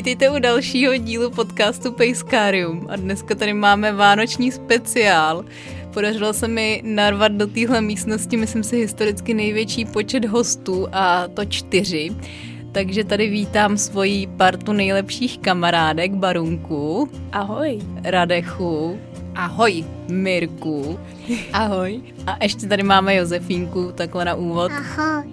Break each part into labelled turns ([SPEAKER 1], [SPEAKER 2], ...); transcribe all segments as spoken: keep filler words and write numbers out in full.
[SPEAKER 1] Vítejte u dalšího dílu podcastu Pejskárium a dneska tady máme vánoční speciál. Podařilo se mi narvat do téhle místnosti, myslím si, historicky největší počet hostů, a to čtyři. Takže tady vítám svoji partu nejlepších kamarádek, Barunku.
[SPEAKER 2] Ahoj.
[SPEAKER 1] Radechu.
[SPEAKER 2] Ahoj.
[SPEAKER 1] Mirku.
[SPEAKER 2] Ahoj.
[SPEAKER 1] A ještě tady máme Josefínku, takhle na úvod.
[SPEAKER 3] Ahoj.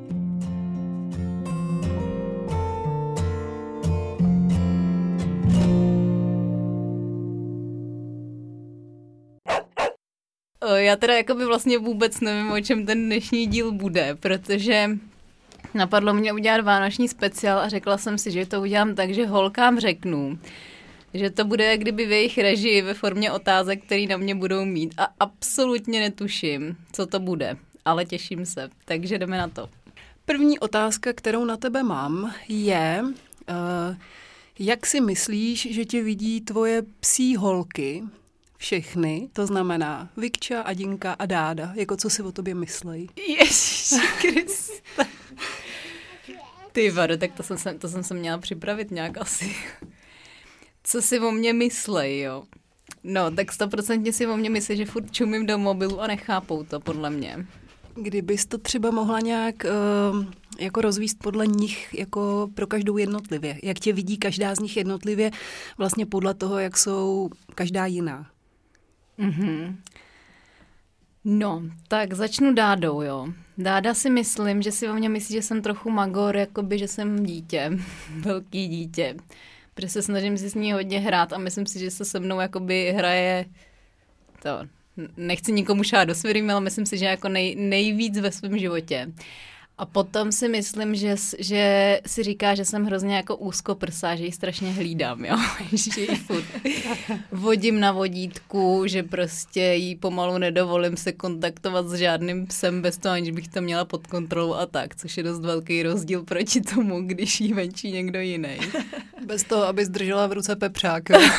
[SPEAKER 1] Já teda jakoby vlastně vůbec nevím, o čem ten dnešní díl bude, protože napadlo mě udělat vánoční speciál a řekla jsem si, že to udělám tak, že holkám řeknu, že to bude jak kdyby v jejich režii ve formě otázek, které na mě budou mít, a absolutně netuším, co to bude, ale těším se, takže jdeme na to.
[SPEAKER 2] První otázka, kterou na tebe mám, je, uh, jak si myslíš, že tě vidí tvoje psí holky, všechny, to znamená Vikča, Adinka a Dáda, jako co si o tobě myslej?
[SPEAKER 1] Ježiši Kriste. Ty vado, tak to jsem, se, to jsem se měla připravit nějak asi. Co si o mě myslej, jo? No, tak stoprocentně si o mě myslí, že furt čumím do mobilu a nechápou to, podle mě.
[SPEAKER 2] Kdybys to třeba mohla nějak uh, jako rozvíst podle nich, jako pro každou jednotlivě. Jak tě vidí každá z nich jednotlivě, vlastně podle toho, jak jsou každá jiná.
[SPEAKER 1] Mm-hmm. No, tak začnu Dádou, jo. Dáda si myslím, že si o mě myslí, že jsem trochu magor, jakoby, že jsem dítě, velký dítě. Protože se snažím si s ní hodně hrát a myslím si, že se se mnou jakoby hraje, to, nechci nikomu šát do svědomí, ale myslím si, že jako nej, nejvíc ve svém životě. A potom si myslím, že, že si říká, že jsem hrozně jako úzkoprsá, že ji strašně hlídám, jo. Že ji furt vodím na vodítku, že prostě jí pomalu nedovolím se kontaktovat s žádným psem bez toho, aniž bych to měla pod kontrolou a tak, což je dost velký rozdíl proti tomu, když jí venčí někdo jiný.
[SPEAKER 2] Bez toho, aby zdržela v ruce pepřák, jo.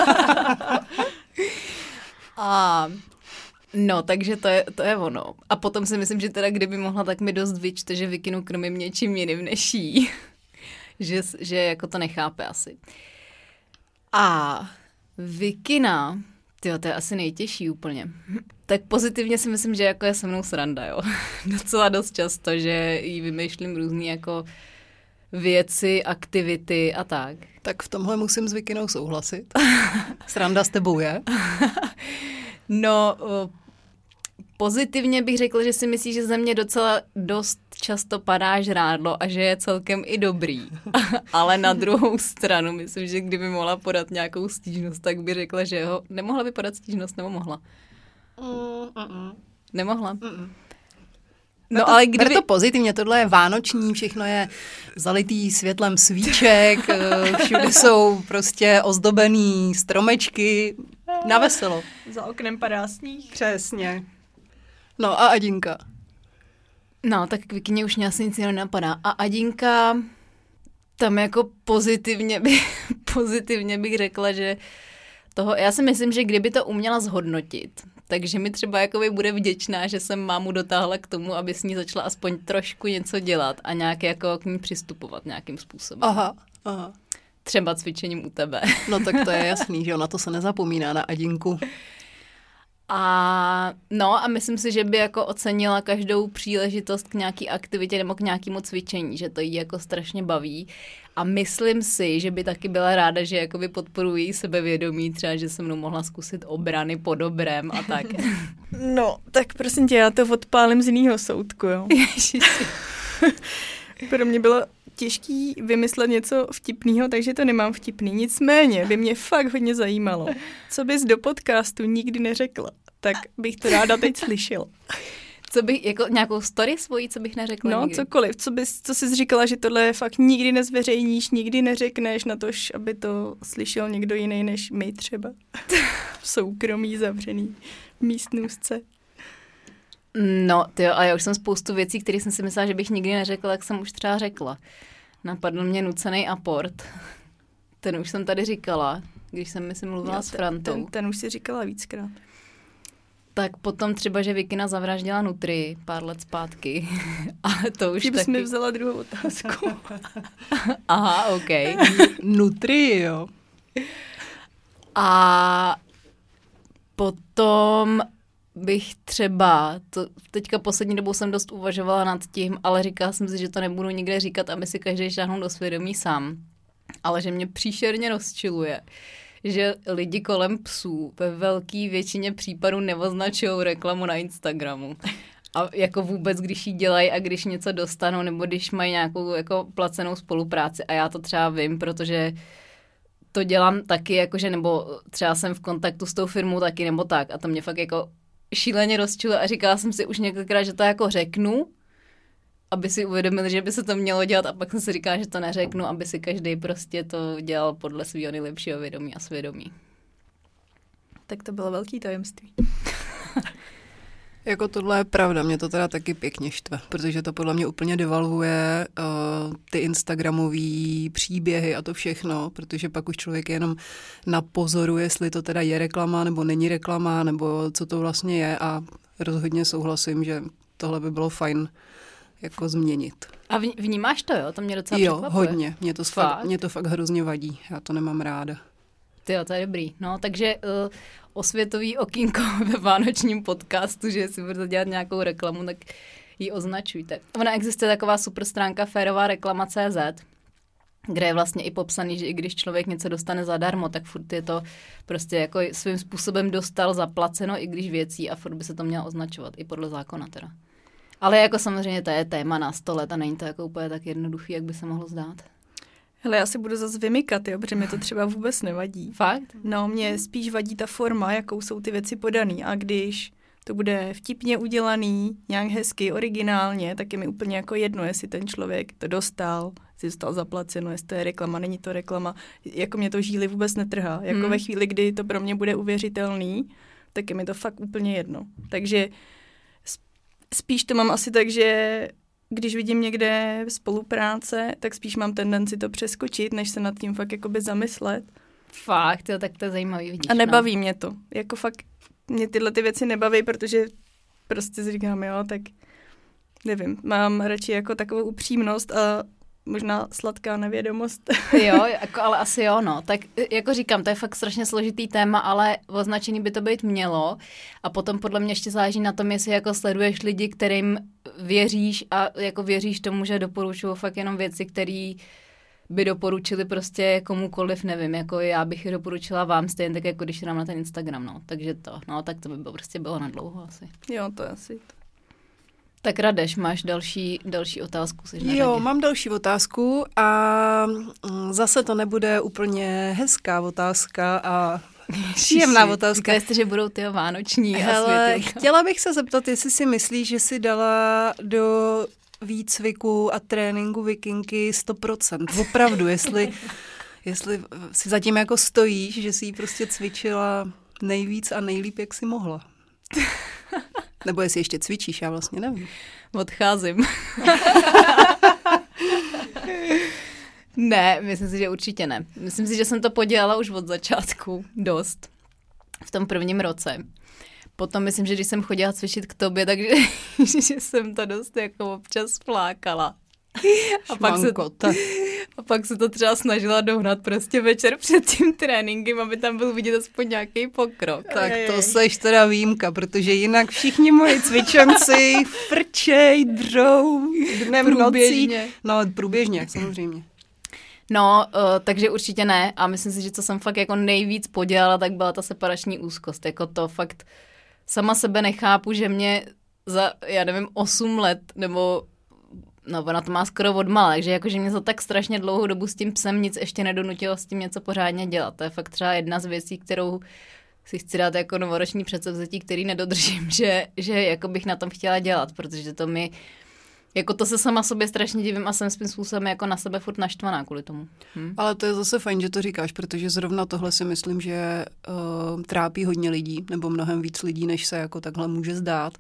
[SPEAKER 1] A... No, takže to je, to je ono. A potom si myslím, že teda kdyby mohla, tak mi dost vyčte, že Vikinu krmím něčím jiným než jí. že, že jako to nechápe asi. A Vikina, tyjo, to je asi nejtěžší úplně. Tak pozitivně si myslím, že jako je se mnou sranda, jo. Docela dost často, že jí vymýšlím různý jako věci, aktivity a tak.
[SPEAKER 2] Tak v tomhle musím s Vikinou souhlasit. Sranda s tebou je?
[SPEAKER 1] No, pozitivně bych řekla, že si myslí, že ze mě docela dost často padá žrádlo a že je celkem i dobrý. Ale na druhou stranu, myslím, že kdyby mohla podat nějakou stížnost, tak by řekla, že ho... Nemohla by podat stížnost, nebo mohla?
[SPEAKER 2] Mm-mm.
[SPEAKER 1] Nemohla?
[SPEAKER 2] Mm-mm.
[SPEAKER 1] No,
[SPEAKER 2] to,
[SPEAKER 1] ale kdyby...
[SPEAKER 2] to pozitivně, tohle je vánoční, všechno je zalitý světlem svíček, všude jsou prostě ozdobený stromečky, na veselo.
[SPEAKER 4] Za oknem padá sníh.
[SPEAKER 2] Přesně. No a Adinka?
[SPEAKER 1] No, tak k Vikině už mě asi nic jiného napadá. A Adinka, tam jako pozitivně, by, pozitivně bych řekla, že toho, já si myslím, že kdyby to uměla zhodnotit, takže mi třeba jakoby bude vděčná, že jsem mámu dotáhla k tomu, aby s ní začala aspoň trošku něco dělat a nějak jako k ní přistupovat nějakým způsobem.
[SPEAKER 2] Aha, aha.
[SPEAKER 1] Třeba cvičením u tebe.
[SPEAKER 2] No tak to je jasný, že jo, na to se nezapomíná, na Adinku.
[SPEAKER 1] A no a myslím si, že by jako ocenila každou příležitost k nějaký aktivitě nebo k nějakému cvičení, že to jí jako strašně baví. A myslím si, že by taky byla ráda, že jakoby podporuji její sebevědomí, třeba, že se mnou mohla zkusit obrany po dobrém a tak.
[SPEAKER 4] No, tak prosím tě, já to odpálím z jinýho soudku, jo. Pro mě bylo těžký vymyslet něco vtipného, takže to nemám vtipný. Nicméně by mě fakt hodně zajímalo, co bys do podcastu nikdy neřekla. Tak bych to ráda teď slyšela.
[SPEAKER 1] Co bych, jako nějakou story svojí, co bych neřekla
[SPEAKER 4] No,
[SPEAKER 1] nikdy?
[SPEAKER 4] cokoliv. Co bys, co jsi říkala, že tohle fakt nikdy nezveřejníš, nikdy neřekneš, na tož, aby to slyšel někdo jiný než my třeba. V soukromí zavřený místnůstce.
[SPEAKER 1] No, tyjo, a já už jsem spoustu věcí, které jsem si myslela, že bych nikdy neřekla, tak jsem už třeba řekla. Napadl mě nucený aport. Ten už jsem tady říkala, když jsem, myslím, mluvila
[SPEAKER 4] Já,
[SPEAKER 1] s Frantou.
[SPEAKER 4] Ten, ten už si říkala víckrát.
[SPEAKER 1] Tak potom třeba, že Vikina zavraždila Nutrii pár let zpátky. Ale to už
[SPEAKER 4] Tím
[SPEAKER 1] taky...
[SPEAKER 4] jsi mi vzala druhou otázku.
[SPEAKER 1] Aha, OK.
[SPEAKER 2] Nutrii, jo.
[SPEAKER 1] A potom bych třeba, to teďka poslední dobou jsem dost uvažovala nad tím, ale říkala jsem si, že to nebudu nikde říkat, aby si každý šáhnul do svědomí sám. Ale že mě příšerně rozčiluje, že lidi kolem psů ve velké většině případů neoznačují reklamu na Instagramu. A jako vůbec, když ji dělají a když něco dostanou, nebo když mají nějakou jako placenou spolupráci. A já to třeba vím, protože to dělám taky, jakože, nebo třeba jsem v kontaktu s tou firmou taky, nebo tak. A to mě fakt jako šíleně rozčiluje a říkala jsem si už několikrát, že to jako řeknu, aby si uvědomili, že by se to mělo dělat, a pak jsem si říkala, že to neřeknu, aby si každý prostě to dělal podle svého nejlepšího vědomí a svědomí.
[SPEAKER 4] Tak to bylo velký tajemství.
[SPEAKER 2] Jako tohle je pravda, mě to teda taky pěkně štve, protože to podle mě úplně devalvuje uh, ty instagramové příběhy a to všechno, protože pak už člověk jenom na pozoru, jestli to teda je reklama nebo není reklama, nebo co to vlastně je, a rozhodně souhlasím, že tohle by bylo fajn jako změnit.
[SPEAKER 1] A vnímáš to, jo? To mě docela
[SPEAKER 2] jo,
[SPEAKER 1] překvapuje.
[SPEAKER 2] hodně. Mě to, fakt, mě to fakt hrozně vadí. Já to nemám ráda.
[SPEAKER 1] Tyjo, to je dobrý. No, takže uh, osvětový okýnko ve vánočním podcastu, že si budete dělat nějakou reklamu, tak ji označujte. Ona existuje taková super stránka férová reklama tečka cé zet, kde je vlastně i popsaný, že i když člověk něco dostane zadarmo, tak furt je to prostě jako svým způsobem dostal zaplaceno, i když věcí, a furt by se to mělo označovat, i podle zákona teda. Ale jako samozřejmě to je téma na sto let a není to jako úplně tak jednoduchý, jak by se mohlo zdát.
[SPEAKER 4] Hele, já si budu zase vymykat, jo, protože mi to třeba vůbec nevadí.
[SPEAKER 1] Fakt?
[SPEAKER 4] No, mě spíš vadí ta forma, jakou jsou ty věci podaný, a když to bude vtipně udělaný, nějak hezky, originálně, tak je mi úplně jako jedno, jestli ten člověk to dostal, jestli dostal zaplaceno, jestli to je reklama, není to reklama. Jako mě to žíly vůbec netrhá. Jako hmm. ve chvíli, kdy to pro mě bude uvěřitelný, tak je mi to fakt úplně jedno. Takže spíš to mám asi tak, že když vidím někde spolupráce, tak spíš mám tendenci to přeskočit, než se nad tím fakt jakoby zamyslet.
[SPEAKER 1] Fakt, jo, tak to je zajímavý, vidíš.
[SPEAKER 4] A nebaví no. mě to. Jako fakt mě tyhle ty věci nebaví, protože prostě si říkám, jo, tak nevím, mám radši jako takovou upřímnost a možná sladká nevědomost.
[SPEAKER 1] Jo, jako, ale asi jo, no. Tak jako říkám, to je fakt strašně složitý téma, ale označený by to být mělo. A potom podle mě ještě záleží na tom, jestli jako sleduješ lidi, kterým věříš a jako věříš tomu, že doporučují fakt jenom věci, které by doporučili prostě komukoliv, nevím, jako já bych je doporučila vám stejně tak, jako když dám na ten Instagram, no. Takže to, no, tak to by bylo, prostě bylo na dlouho asi.
[SPEAKER 4] Jo, to je asi to.
[SPEAKER 1] Tak Radeš, máš další, další otázku? Jsi na
[SPEAKER 2] jo,
[SPEAKER 1] řadě.
[SPEAKER 2] Mám další otázku a zase to nebude úplně hezká otázka a příjemná otázka.
[SPEAKER 1] Říkali jste, že budou ty vánoční.
[SPEAKER 2] Hele,
[SPEAKER 1] a
[SPEAKER 2] chtěla bych se zeptat, jestli si myslíš, že jsi dala do výcviku a tréninku Vikinky sto procent. Opravdu, jestli, jestli si zatím jako stojíš, že jsi ji prostě cvičila nejvíc a nejlíp, jak jsi mohla. Nebo jestli ještě cvičíš, já vlastně nevím.
[SPEAKER 1] Odcházím. Ne, myslím si, že určitě ne. Myslím si, že jsem to podělala už od začátku dost. V tom prvním roce. Potom myslím, že když jsem chodila cvičit k tobě, takže že jsem to dost jako občas flákala. A pak, se, a pak se to třeba snažila dohnat prostě večer před tím tréninkem, aby tam byl vidět aspoň nějaký pokrok.
[SPEAKER 2] Tak to seš teda výjimka, protože jinak všichni moji cvičenci frčej, drou, dnem
[SPEAKER 1] průběžně.
[SPEAKER 2] Nocí. No, průběžně, samozřejmě.
[SPEAKER 1] No, uh, takže určitě ne. A myslím si, že co jsem fakt jako nejvíc podělala, tak byla ta separační úzkost. Jako to fakt sama sebe nechápu, že mě za, já nevím, osm let, nebo no, ona to má skoro odmala, takže jakože mě za tak strašně dlouhou dobu s tím psem nic ještě nedonutilo s tím něco pořádně dělat. To je fakt třeba jedna z věcí, kterou si chci dát jako novoroční předsevzetí, který nedodržím, že, že jako bych na tom chtěla dělat, protože to mi, jako to se sama sobě strašně divím a jsem svým způsobem jako na sebe furt naštvaná kvůli tomu. Hm?
[SPEAKER 2] Ale to je zase fajn, že to říkáš, protože zrovna tohle si myslím, že uh, trápí hodně lidí, nebo mnohem víc lidí, než se jako takhle může zdát.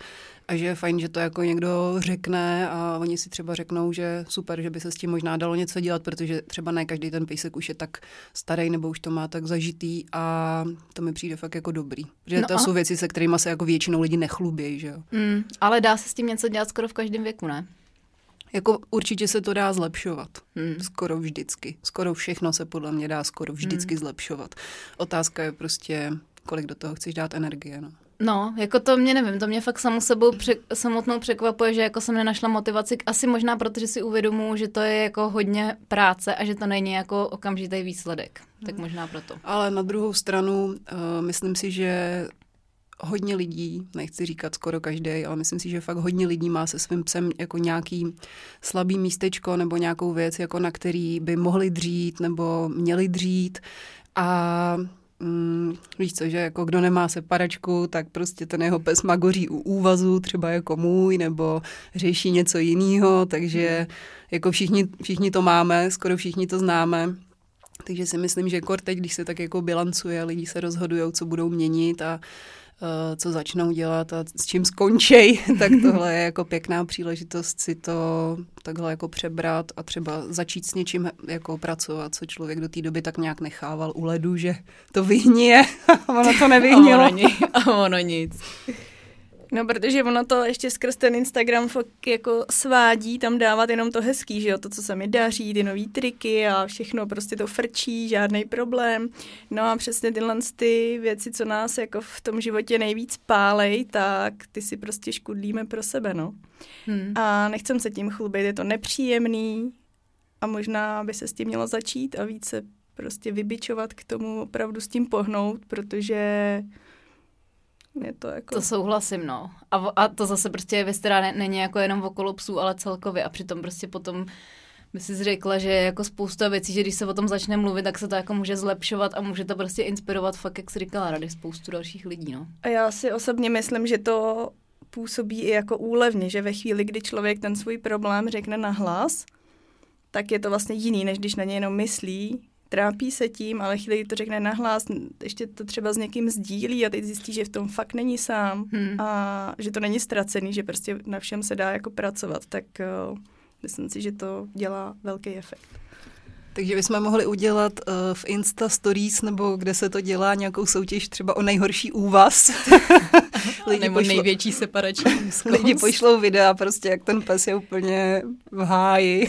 [SPEAKER 2] a že je fajn, že to jako někdo řekne a oni si třeba řeknou, že super, že by se s tím možná dalo něco dělat, protože třeba ne každý ten pejsek už je tak starý nebo už to má tak zažitý a to mi přijde fakt jako dobrý. Protože
[SPEAKER 1] no
[SPEAKER 2] to
[SPEAKER 1] a...
[SPEAKER 2] jsou věci, se kterými se jako většinou lidi nechlubějí, že jo.
[SPEAKER 1] Mm, ale dá se s tím něco dělat skoro v každém věku, ne?
[SPEAKER 2] Jako určitě se to dá zlepšovat.
[SPEAKER 1] Hmm.
[SPEAKER 2] Skoro vždycky. Skoro všechno se podle mě dá skoro vždycky hmm. zlepšovat. Otázka je prostě, kolik do toho chceš dát energie, no.
[SPEAKER 1] No, jako to mě nevím, to mě fakt samu sebou pře- samotnou překvapuje, že jako jsem nenašla motivaci, asi možná protože si uvědomuji, že to je jako hodně práce a že to není jako okamžitý výsledek. Hmm. Tak možná proto.
[SPEAKER 2] Ale na druhou stranu, uh, myslím si, že hodně lidí, nechci říkat skoro každý, ale myslím si, že fakt hodně lidí má se svým psem jako nějaký slabý místečko nebo nějakou věc, jako na který by mohli dřít nebo měli dřít a mm, víš co, že jako kdo nemá separačku, tak prostě ten jeho pes magoří u úvazu, třeba jako můj, nebo řeší něco jiného, takže jako všichni, všichni to máme, skoro všichni to známe. Takže si myslím, že kor teď, když se tak jako bilancuje, lidi se rozhodují, co budou měnit a uh, co začnou dělat a s čím skončí, tak tohle je jako pěkná příležitost si to takhle jako přebrat a třeba začít s něčím jako pracovat, co člověk do té doby tak nějak nechával u ledu, že to vyhnije a ono to nevyhnilo.
[SPEAKER 1] A ono, ni- a ono nic.
[SPEAKER 4] No, protože ono to ještě skrz ten Instagram fakt jako svádí tam dávat jenom to hezký, že jo, to, co se mi daří, ty nový triky a všechno prostě to frčí, žádný problém. No a přesně tyhle ty věci, co nás jako v tom životě nejvíc pálej, tak ty si prostě škudlíme pro sebe, no. Hmm. A nechcem se tím chlubit, je to nepříjemný a možná by se s tím mělo začít a více prostě vybičovat k tomu, opravdu s tím pohnout, protože... Je to, jako...
[SPEAKER 1] to souhlasím, no. A, a to zase prostě věc, která ne, není jako jenom okolo psů, ale celkově. A přitom prostě potom by si řekla, že je jako spousta věcí, že když se o tom začne mluvit, tak se to jako může zlepšovat a může to prostě inspirovat fakt, jak jsi říkala, Rady, spoustu dalších lidí, no.
[SPEAKER 4] A já si osobně myslím, že to působí i jako úlevně, že ve chvíli, kdy člověk ten svůj problém řekne nahlas, tak je to vlastně jiný, než když na něj jenom myslí, trápí se tím, ale chvíli to řekne nahlas, ještě to třeba s někým sdílí a teď zjistí, že v tom fakt není sám hmm. a že to není ztracený, že prostě na všem se dá jako pracovat, tak uh, myslím si, že to dělá velký efekt.
[SPEAKER 2] Takže bychom mohli udělat uh, v Insta Stories, nebo kde se to dělá, nějakou soutěž třeba o nejhorší úvaz.
[SPEAKER 1] Lidi nebo pošlo, největší separační úzkost.
[SPEAKER 2] Lidi pošlou videa, prostě jak ten pes je úplně v háji.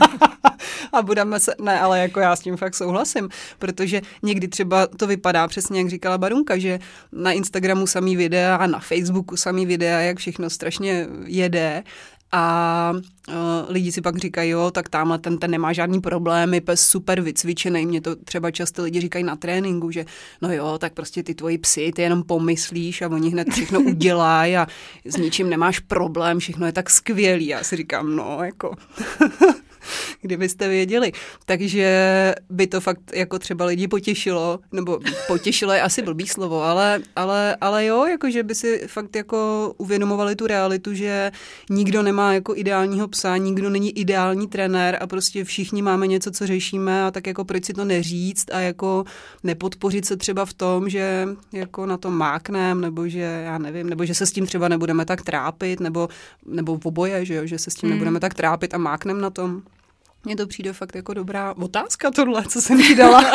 [SPEAKER 2] A budeme se, ne, ale jako já s tím fakt souhlasím, protože někdy třeba to vypadá přesně, jak říkala Barunka, že na Instagramu samý videa a na Facebooku samý videa, jak všechno strašně jede. A uh, lidi si pak říkají, jo, tak tamhle ten, ten nemá žádný problémy, pes super vycvičený. Mě to třeba často lidi říkají na tréninku, že no jo, tak prostě ty tvoji psi, ty jenom pomyslíš a oni hned všechno udělají a s ničím nemáš problém, všechno je tak skvělý. Já si říkám, no, jako... kdybyste věděli. Takže by to fakt jako třeba lidi potěšilo, nebo potěšilo je asi blbý slovo, ale, ale, ale jo, jako že by si fakt jako uvědomovali tu realitu, že nikdo nemá jako ideálního psa, nikdo není ideální trenér a prostě všichni máme něco, co řešíme a tak jako proč si to neříct a jako nepodpořit se třeba v tom, že jako na to máknem, nebo že já nevím, nebo že se s tím třeba nebudeme tak trápit, nebo, nebo v oboje, že jo, že se s tím hmm. nebudeme tak trápit a máknem na tom. Mně to přijde fakt jako dobrá otázka tohle, co jsem jí dala.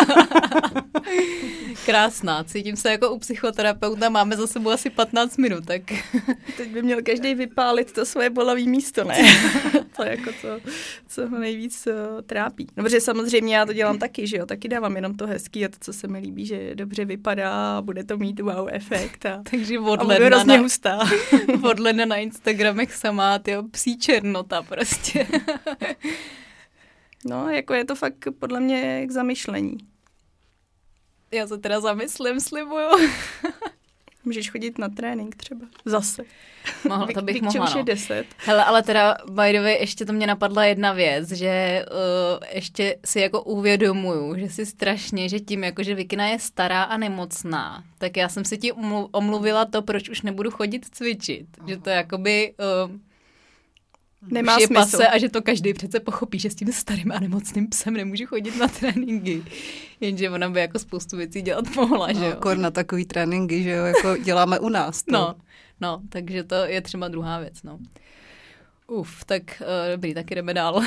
[SPEAKER 1] Krásná, cítím se jako u psychoterapeuta, máme za sebou asi patnáct minut, tak...
[SPEAKER 4] Teď by měl každý vypálit to svoje bolavý místo, ne? To je jako to, co ho nejvíc uh, trápí. No, protože samozřejmě já to dělám taky, že jo, taky dávám jenom to hezký a to, co se mi líbí, že dobře vypadá a bude to mít wow efekt a,
[SPEAKER 1] takže
[SPEAKER 4] a bude hrozně
[SPEAKER 1] na,
[SPEAKER 4] hustá.
[SPEAKER 1] Od ledna na Instagramech samá, tyjo, psí černota prostě.
[SPEAKER 4] No, jako je to fakt podle mě k zamyšlení.
[SPEAKER 1] Já se teda zamyslím, slibuju.
[SPEAKER 4] Můžeš chodit na trénink třeba. Zase.
[SPEAKER 1] Mohla, to bych mohla,
[SPEAKER 4] už je
[SPEAKER 1] no.
[SPEAKER 4] deset.
[SPEAKER 1] Hele, ale teda, by the way, ještě to mě napadla jedna věc, že uh, ještě si jako uvědomuju, že si strašně, že tím, jako že Vikina je stará a nemocná, tak já jsem si ti omluvila to, proč už nebudu chodit cvičit. Že to jakoby... Uh,
[SPEAKER 4] Nemá
[SPEAKER 1] už je
[SPEAKER 4] smysl.
[SPEAKER 1] pase a že to každý přece pochopí, že s tím starým a nemocným psem nemůžu chodit na tréninky. Jenže ona by jako spoustu věcí dělat mohla, že jo.
[SPEAKER 2] Kor na takový tréninky, že jo, jako děláme u nás. To.
[SPEAKER 1] No, no, takže to je třeba druhá věc, no. Uf, tak uh, dobrý, tak jdeme dál.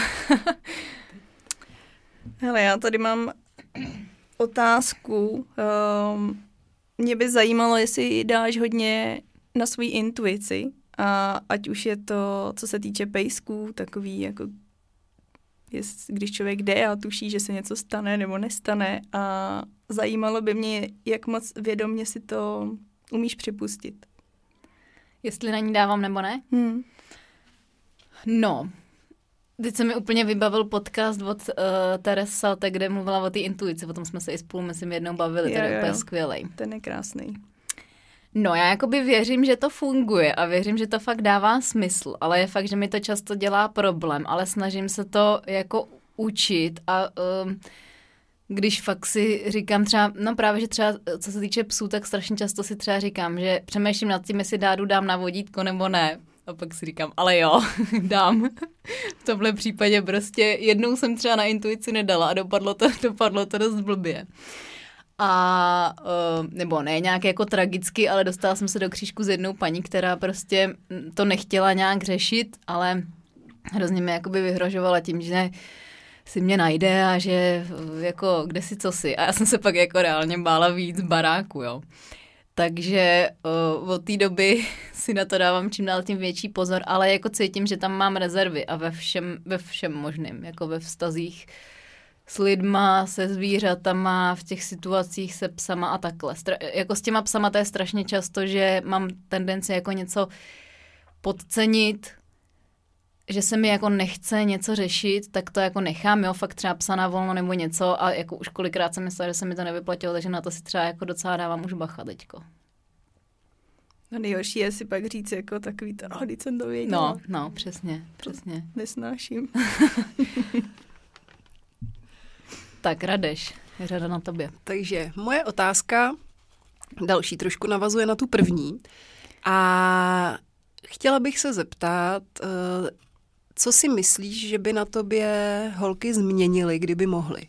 [SPEAKER 4] Hele, já tady mám otázku. Um, mě by zajímalo, jestli dáš hodně na svou intuici, a ať už je to, co se týče pejsků, takový jako, jest, když člověk jde a tuší, že se něco stane nebo nestane, a zajímalo by mě, jak moc vědomě si to umíš připustit.
[SPEAKER 1] Jestli na ní dávám nebo ne?
[SPEAKER 4] Hmm.
[SPEAKER 1] No, teď se mi úplně vybavil podcast od uh, Teres Salte, kde mluvila o té intuici, o tom jsme se i spolu, myslím, jednou bavili,
[SPEAKER 4] Jo,
[SPEAKER 1] to je
[SPEAKER 4] jo,
[SPEAKER 1] úplně
[SPEAKER 4] jo.
[SPEAKER 1] skvělej.
[SPEAKER 4] Ten je krásný.
[SPEAKER 1] No, já jakoby věřím, že to funguje a věřím, že to fakt dává smysl, ale je fakt, že mi to často dělá problém, ale snažím se to jako učit a um, když fakt si říkám třeba, no právě, že třeba co se týče psů, tak strašně často si třeba říkám, že přemýšlím nad tím, jestli dádu dám na vodítko nebo ne. A pak si říkám, ale jo, dám. V tomhle případě prostě jednou jsem třeba na intuici nedala a dopadlo to, dopadlo to dost blbě. A, nebo ne nějak jako tragicky, ale dostala jsem se do křížku s jednou paní, která prostě to nechtěla nějak řešit, ale hrozně mi jakoby vyhrožovala tím, že si mě najde a že jako kde si co si. A já jsem se pak jako reálně bála víc baráku, jo. Takže uh, od té doby si na to dávám čím dál tím větší pozor, ale jako cítím, že tam mám rezervy a ve všem, ve všem možným, jako ve vztazích s lidma, se zvířatama, v těch situacích se psama a takhle. Stra- jako s těma psama to je strašně často, že mám tendenci jako něco podcenit, že se mi jako nechce něco řešit, tak to jako nechám, jo, fakt třeba psa na volno nebo něco a jako už kolikrát jsem myslela, že se mi to nevyplatilo, takže na to si třeba jako docela dávám už bacha teďko.
[SPEAKER 4] No nejhorší je si pak říct jako takový to, no, když jsem to věděla.
[SPEAKER 1] No, no, přesně, přesně.
[SPEAKER 4] Nesnáším.
[SPEAKER 1] Tak, Radeš, je řada na tobě.
[SPEAKER 2] Takže moje otázka, další trošku navazuje na tu první. A chtěla bych se zeptat, co si myslíš, že by na tobě holky změnily, kdyby mohly?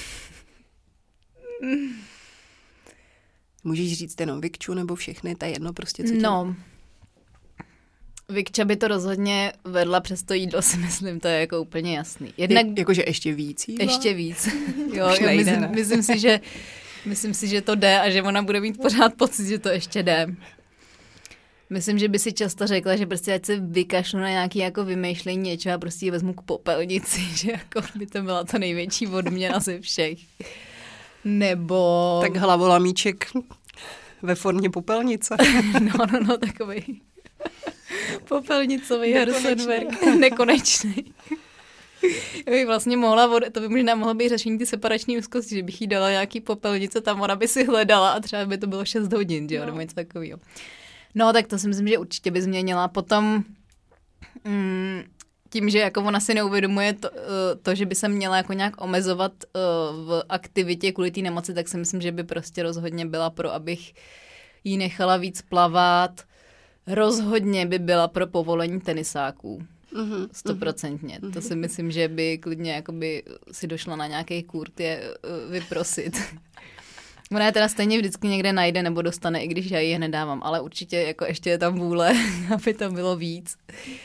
[SPEAKER 2] Můžeš říct jenom Vikču nebo všechny, to je jedno prostě, co tě...
[SPEAKER 1] No, Vikča by to rozhodně vedla přes to jídlo, si myslím, to je jako úplně jasný. Jednak...
[SPEAKER 2] Je, jakože ještě víc jídla?
[SPEAKER 1] Ještě víc. Jo,
[SPEAKER 2] Už
[SPEAKER 1] jo
[SPEAKER 2] nejde,
[SPEAKER 1] myslím,
[SPEAKER 2] ne?
[SPEAKER 1] myslím, si, že, myslím si, že to jde a že ona bude mít pořád pocit, že to ještě jde. Myslím, že by si často řekla, že prostě ať se vykašlu na nějaký jako vymýšlení něčeho a prostě ji vezmu k popelnici, že jako by to byla ta největší odměna ze všech. Nebo...
[SPEAKER 2] Tak hlavolamíček ve formě popelnice.
[SPEAKER 1] No, no, no, takovej popelnicový Harsenberg. Nekonečný. Bych vlastně mohla, to by možná mohlo být řešení ty separační úzkosti, že bych jí dala nějaký popelnice, tam ona by si hledala a třeba by to bylo šest hodin, že jo, no. Nebo něco takového. No, tak to si myslím, že určitě by změnila. Potom mm, tím, že jako ona si neuvědomuje to, to, že by se měla jako nějak omezovat v aktivitě kvůli té nemoci, tak si myslím, že by prostě rozhodně byla pro, abych jí nechala víc plavat. Rozhodně by byla pro povolení tenisáků. Stoprocentně. To si myslím, že by klidně jakoby si došla na nějaký kurt je vyprosit. Ona je teda stejně vždycky někde najde nebo dostane, i když já ji je nedávám, ale určitě jako ještě je tam vůle, aby tam bylo víc.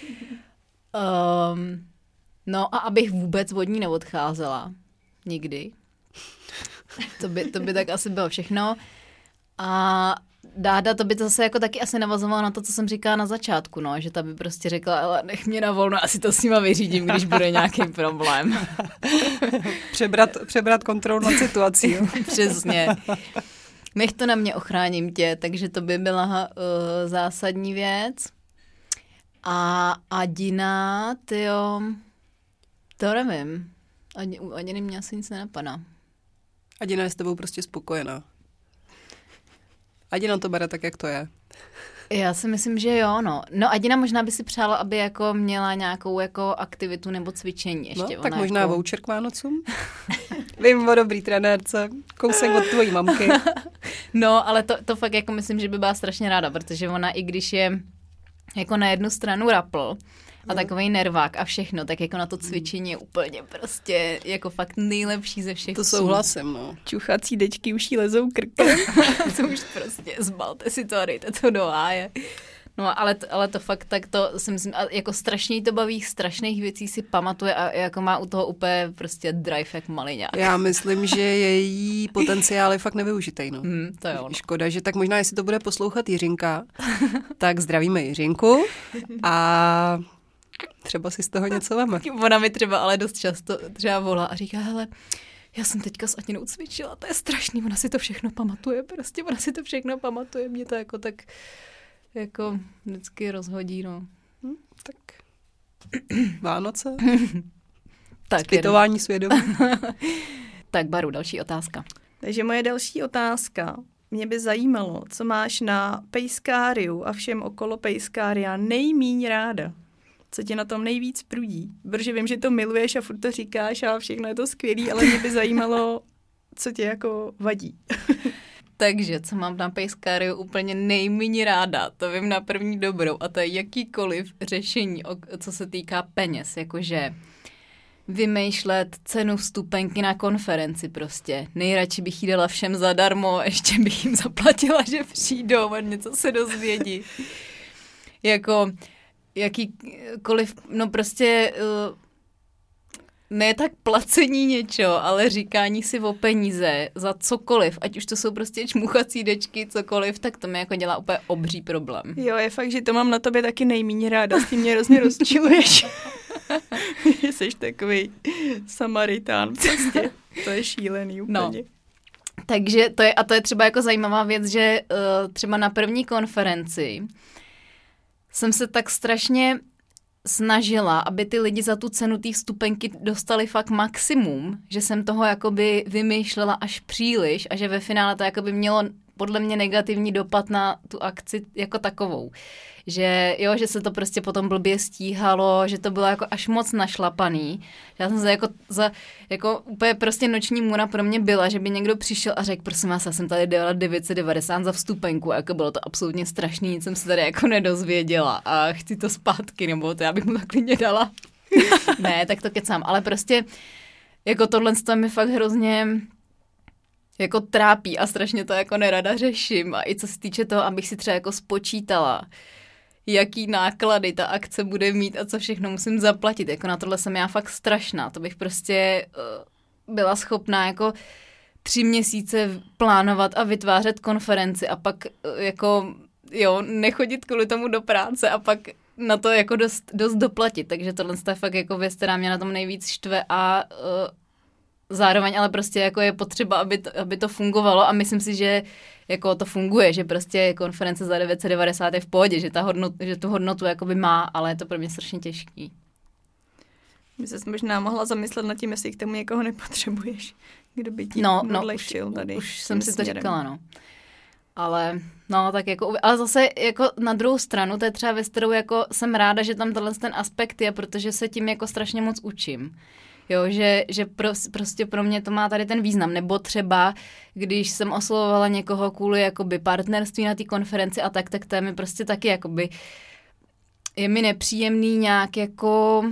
[SPEAKER 1] Um, no a abych vůbec od ní neodcházela. Nikdy. To by, to by tak asi bylo všechno. A Dáda, to by to zase jako taky asi navazovalo na to, co jsem říkala na začátku, no, že ta by prostě řekla, ale nech mě na volno, asi to s nima vyřídím, když bude nějaký problém.
[SPEAKER 2] přebrat, přebrat kontrolu nad situací. Jo?
[SPEAKER 1] Přesně. Nech to na mě, ochráním tě, takže to by byla uh, zásadní věc. A Adina, tyjo, to nevím. Adi, u Adiny mě asi nic nenapadá.
[SPEAKER 2] Adina je s tebou prostě spokojená. Adina to bere tak, jak to je.
[SPEAKER 1] Já si myslím, že jo, no. No Adina možná by si přála, aby jako měla nějakou jako aktivitu nebo cvičení ještě.
[SPEAKER 2] No, tak
[SPEAKER 1] ona
[SPEAKER 2] možná
[SPEAKER 1] jako...
[SPEAKER 2] voucher k Vánocům. Vím o dobrý trenérce. Kousek od tvojí mamky.
[SPEAKER 1] No, ale to, to fakt jako myslím, že by byla strašně ráda, protože ona i když je jako na jednu stranu rapl a takovej nervák a všechno, tak jako na to cvičení je úplně prostě jako fakt nejlepší ze všech.
[SPEAKER 2] To souhlasím, no.
[SPEAKER 4] Čuchací dečky už jí lezou krkem.
[SPEAKER 1] To už prostě zbalte si to a dejte to do háje. No ale to, ale to fakt tak to si myslím, jako strašně to baví, strašných věcí si pamatuje a jako má u toho úplně prostě drive jak maliňák.
[SPEAKER 2] Já myslím, že její potenciál je fakt nevyužitej, no.
[SPEAKER 1] Hmm, to je ono.
[SPEAKER 2] Škoda, že tak možná, jestli to bude poslouchat Jiřinka, tak zdravíme Jiřinku a třeba si z toho něco veme.
[SPEAKER 1] Ona mi třeba ale dost často třeba volá a říká, hele, já jsem teďka s Atinou cvičila, to je strašný, ona si to všechno pamatuje, prostě ona si to všechno pamatuje, mě to jako tak jako vždycky rozhodí, no.
[SPEAKER 2] Hm, tak Vánoce.
[SPEAKER 1] Tak
[SPEAKER 2] zpytování svědomí.
[SPEAKER 1] Tak Baru, další otázka.
[SPEAKER 4] Takže moje další otázka. Mě by zajímalo, co máš na pejskáriu a všem okolo pejskária nejmíň ráda. Co tě na tom nejvíc prudí? Protože vím, že to miluješ a furt to říkáš a všechno je to skvělý, ale mě by zajímalo, co tě jako vadí.
[SPEAKER 1] Takže, co mám na pejskáriu úplně nejméně ráda, to vím na první dobrou, a to je jakýkoliv řešení, co se týká peněz, jakože vymýšlet cenu vstupenky na konferenci prostě. Nejradši bych jí dala všem zadarmo, ještě bych jim zaplatila, že přijdou a něco se dozvědí. Jako jakýkoliv, no prostě ne tak placení něčeho, ale říkání si o peníze za cokoliv, ať už to jsou prostě čmuchací dečky, cokoliv, tak to mi jako dělá úplně obří problém.
[SPEAKER 4] Jo, je fakt, že to mám na tobě taky nejméně ráda, s tím mě hrozně rozčiluješ. Jsi takový Samaritán prostě. To je šílený úplně. No.
[SPEAKER 1] Takže to je, a to je třeba jako zajímavá věc, že uh, třeba na první konferenci jsem se tak strašně snažila, aby ty lidi za tu cenu té vstupenky dostali fakt maximum, že jsem toho jakoby vymýšlela až příliš a že ve finále to jakoby mělo podle mě negativní dopad na tu akci jako takovou. Že jo, že se to prostě potom blbě stíhalo, že to bylo jako až moc našlapaný. Já jsem se jako za, jako úplně prostě noční můra pro mě byla, že by někdo přišel a řekl, prosím vás, já jsem tady dala devět set devadesát za vstupenku a jako bylo to absolutně strašný, nic jsem se tady jako nedozvěděla a chci to zpátky, nebo to já bych mu tak klidně dala. Ne, tak to kecám, ale prostě jako tohle to mi fakt hrozně jako trápí a strašně to jako nerada řeším a i co se týče toho, abych si třeba jako spočítala, jaký náklady ta akce bude mít a co všechno musím zaplatit. Jako na tohle jsem já fakt strašná. To bych prostě uh, byla schopná jako tři měsíce plánovat a vytvářet konferenci a pak uh, jako jo, nechodit kvůli tomu do práce a pak na to jako dost, dost doplatit. Takže tohle je fakt jako věc, která mě na tom nejvíc štve a uh, zároveň ale prostě jako je potřeba, aby to, aby to fungovalo a myslím si, že jako to funguje, že prostě konference za devět set devadesát je v pohodě, že, ta hodnot, že tu hodnotu jakoby má, ale je to pro mě strašně těžký.
[SPEAKER 4] By ses možná mohla zamyslet nad tím, jestli k tomu někoho nepotřebuješ, kdo by ti
[SPEAKER 1] no,
[SPEAKER 4] odlehčil
[SPEAKER 1] no,
[SPEAKER 4] tady.
[SPEAKER 1] Už jsem si to říkala, no. Ale no, tak jako, ale zase jako na druhou stranu, to je třeba věc, kterou jako jsem ráda, že tam tenhle ten aspekt je, protože se tím jako strašně moc učím. Jo, že, že prostě pro mě to má tady ten význam. Nebo třeba, když jsem oslovovala někoho kvůli jakoby partnerství na té konferenci a tak, tak to je mi prostě taky jakoby, je mi nepříjemný nějak jako,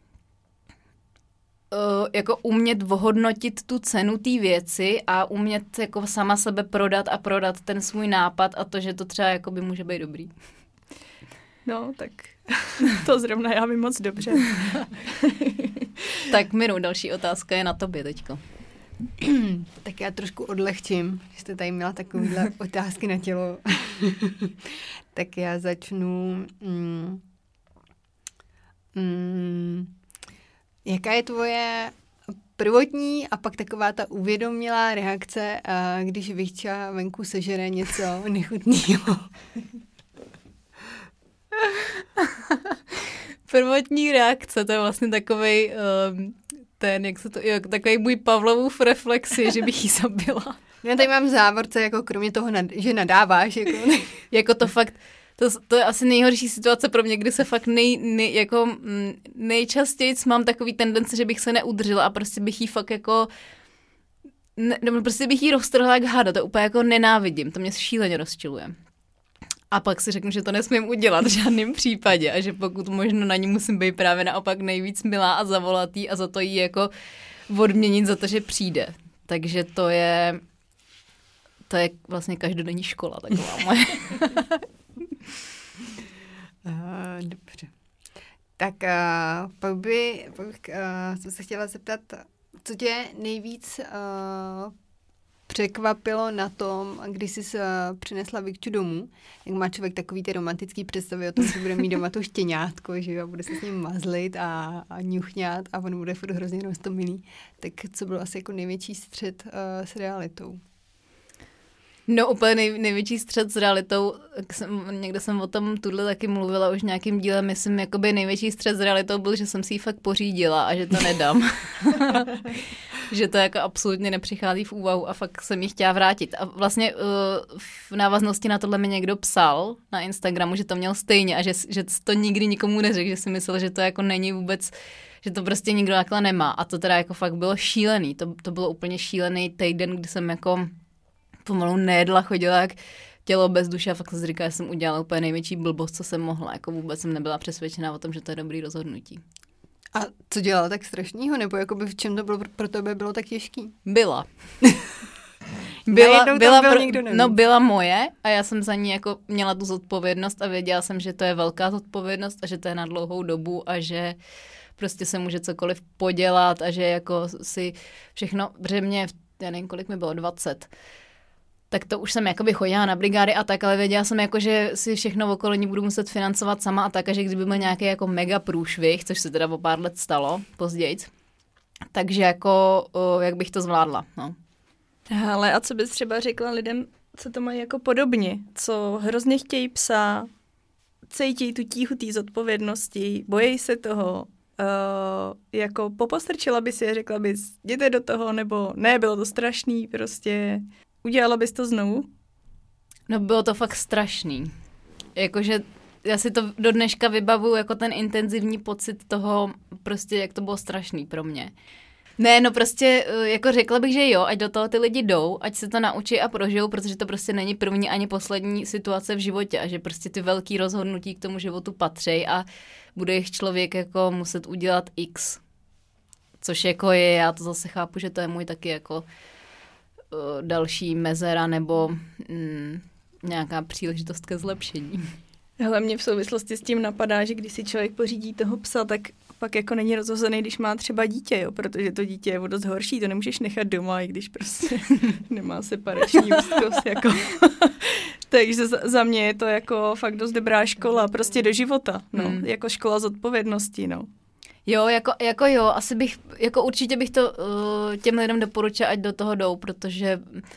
[SPEAKER 1] uh, jako umět ohodnotit tu cenu té věci a umět jako sama sebe prodat a prodat ten svůj nápad a to, že to třeba jakoby může být dobrý.
[SPEAKER 4] No, tak to zrovna já vím moc dobře.
[SPEAKER 1] Tak Miru, další otázka je na tobě teďko.
[SPEAKER 3] Tak já trošku odlehčím, že jste tady měla takovýhle otázky na tělo. Tak já začnu. Mm, mm, jaká je tvoje prvotní a pak taková ta uvědomilá reakce, když Vichča venku sežere něco nechutného?
[SPEAKER 1] Prvotní reakce, to je vlastně takovej um, ten, jak se to, jo, takovej můj Pavlovův reflex je, že bych jí zabila.
[SPEAKER 3] Já tady mám závorce, jako kromě toho, že nadáváš. Jako,
[SPEAKER 1] jako to fakt, to, to je asi nejhorší situace pro mě, kdy se fakt nej, nej, jako, nejčastěji mám takový tendence, že bych se neudržela a prostě bych jí fakt jako, ne, prostě bych jí roztrhla jak hada, to úplně jako nenávidím, to mě šíleně rozčiluje. A pak si řeknu, že to nesmím udělat v žádném případě a že pokud možno na ní musím být právě naopak nejvíc milá a zavolat jí a za to jí jako odměnit za to, že přijde. Takže to je, to je vlastně každodenní škola taková moje.
[SPEAKER 3] uh, dobře. Tak uh, pak by, pak bych uh, jsem se chtěla zeptat, co tě nejvíc uh, překvapilo na tom, když jsi uh, přinesla Vikču domů, jak má člověk takový ty romantický představy o tom, že bude mít doma to štěňátko, že jo, bude se s ním mazlit a, a ňuchňát a on bude furt hrozně roztomilý. Tak co byl asi jako největší střet uh, s realitou?
[SPEAKER 1] No úplně nej, největší střet s realitou, jsem, někde jsem o tom tuhle taky mluvila už nějakým dílem, myslím, jakoby největší střet s realitou byl, že jsem si ji fakt pořídila a že to nedám. Že to jako absolutně nepřichází v úvahu a fakt jsem ji chtěla vrátit. A vlastně uh, v návaznosti na tohle mi někdo psal na Instagramu, že to měl stejně a že, že to nikdy nikomu neřekl, že si myslel, že to jako není vůbec, že to prostě nikdo takhle nemá. A to teda jako fakt bylo šílený. To, to bylo úplně šílený týden, kdy jsem jako pomalu nejedla, chodila jak tělo bez duše a fakt se říká, že jsem udělala úplně největší blbost, co jsem mohla. Jako vůbec jsem nebyla přesvědčená o tom, že to je dobrý rozhodnutí.
[SPEAKER 3] A co dělala tak strašného? Nebo jakoby v čem to bylo pro tebe bylo tak těžký?
[SPEAKER 1] Byla. byla, byla,
[SPEAKER 3] byl
[SPEAKER 1] pro,
[SPEAKER 3] nikdo
[SPEAKER 1] no byla moje a já jsem za ní jako měla tu zodpovědnost a věděla jsem, že to je velká zodpovědnost a že to je na dlouhou dobu a že prostě se může cokoliv podělat a že jako si všechno, protože mě, já nevím, kolik mi bylo, dvacet, tak to už jsem jakoby chodila na brigády a tak, ale věděla jsem jako, že si všechno okolo ní budu muset financovat sama a tak, a že kdyby byl nějaký jako mega průšvih, což se teda o pár let stalo později, takže jako, o, jak bych to zvládla, no.
[SPEAKER 4] Ale a co bys třeba řekla lidem, co to mají jako podobně, co hrozně chtějí psa, cítí tu tíhu té zodpovědnosti, bojí se toho, uh, jako popostrčila bys je, řekla bys, jděte do toho, nebo ne, bylo to strašný, prostě... Udělala bys to znovu?
[SPEAKER 1] No bylo to fakt strašný. Jakože já si to do dneška vybavuju jako ten intenzivní pocit toho, prostě jak to bylo strašný pro mě. Ne, no prostě jako řekla bych, že jo, ať do toho ty lidi jdou, ať se to naučí a prožijou, protože to prostě není první ani poslední situace v životě a že prostě ty velký rozhodnutí k tomu životu patří a bude jich člověk jako muset udělat X. Což jako je, já to zase chápu, že to je můj taky jako další mezera nebo mm, nějaká příležitost ke zlepšení.
[SPEAKER 4] Hele, mě v souvislosti s tím napadá, že když si člověk pořídí toho psa, tak pak jako není rozhozený, když má třeba dítě, jo, protože to dítě je o dost horší, to nemůžeš nechat doma, i když prostě nemá separační úzkost, jako. Takže za, za mě je to jako fakt dost dobrá škola, prostě do života, no, hmm. jako škola zodpovědnosti, no.
[SPEAKER 1] Jo, jako, jako jo, asi bych, jako určitě bych to uh, těm lidem doporučila, ať do toho jdou, protože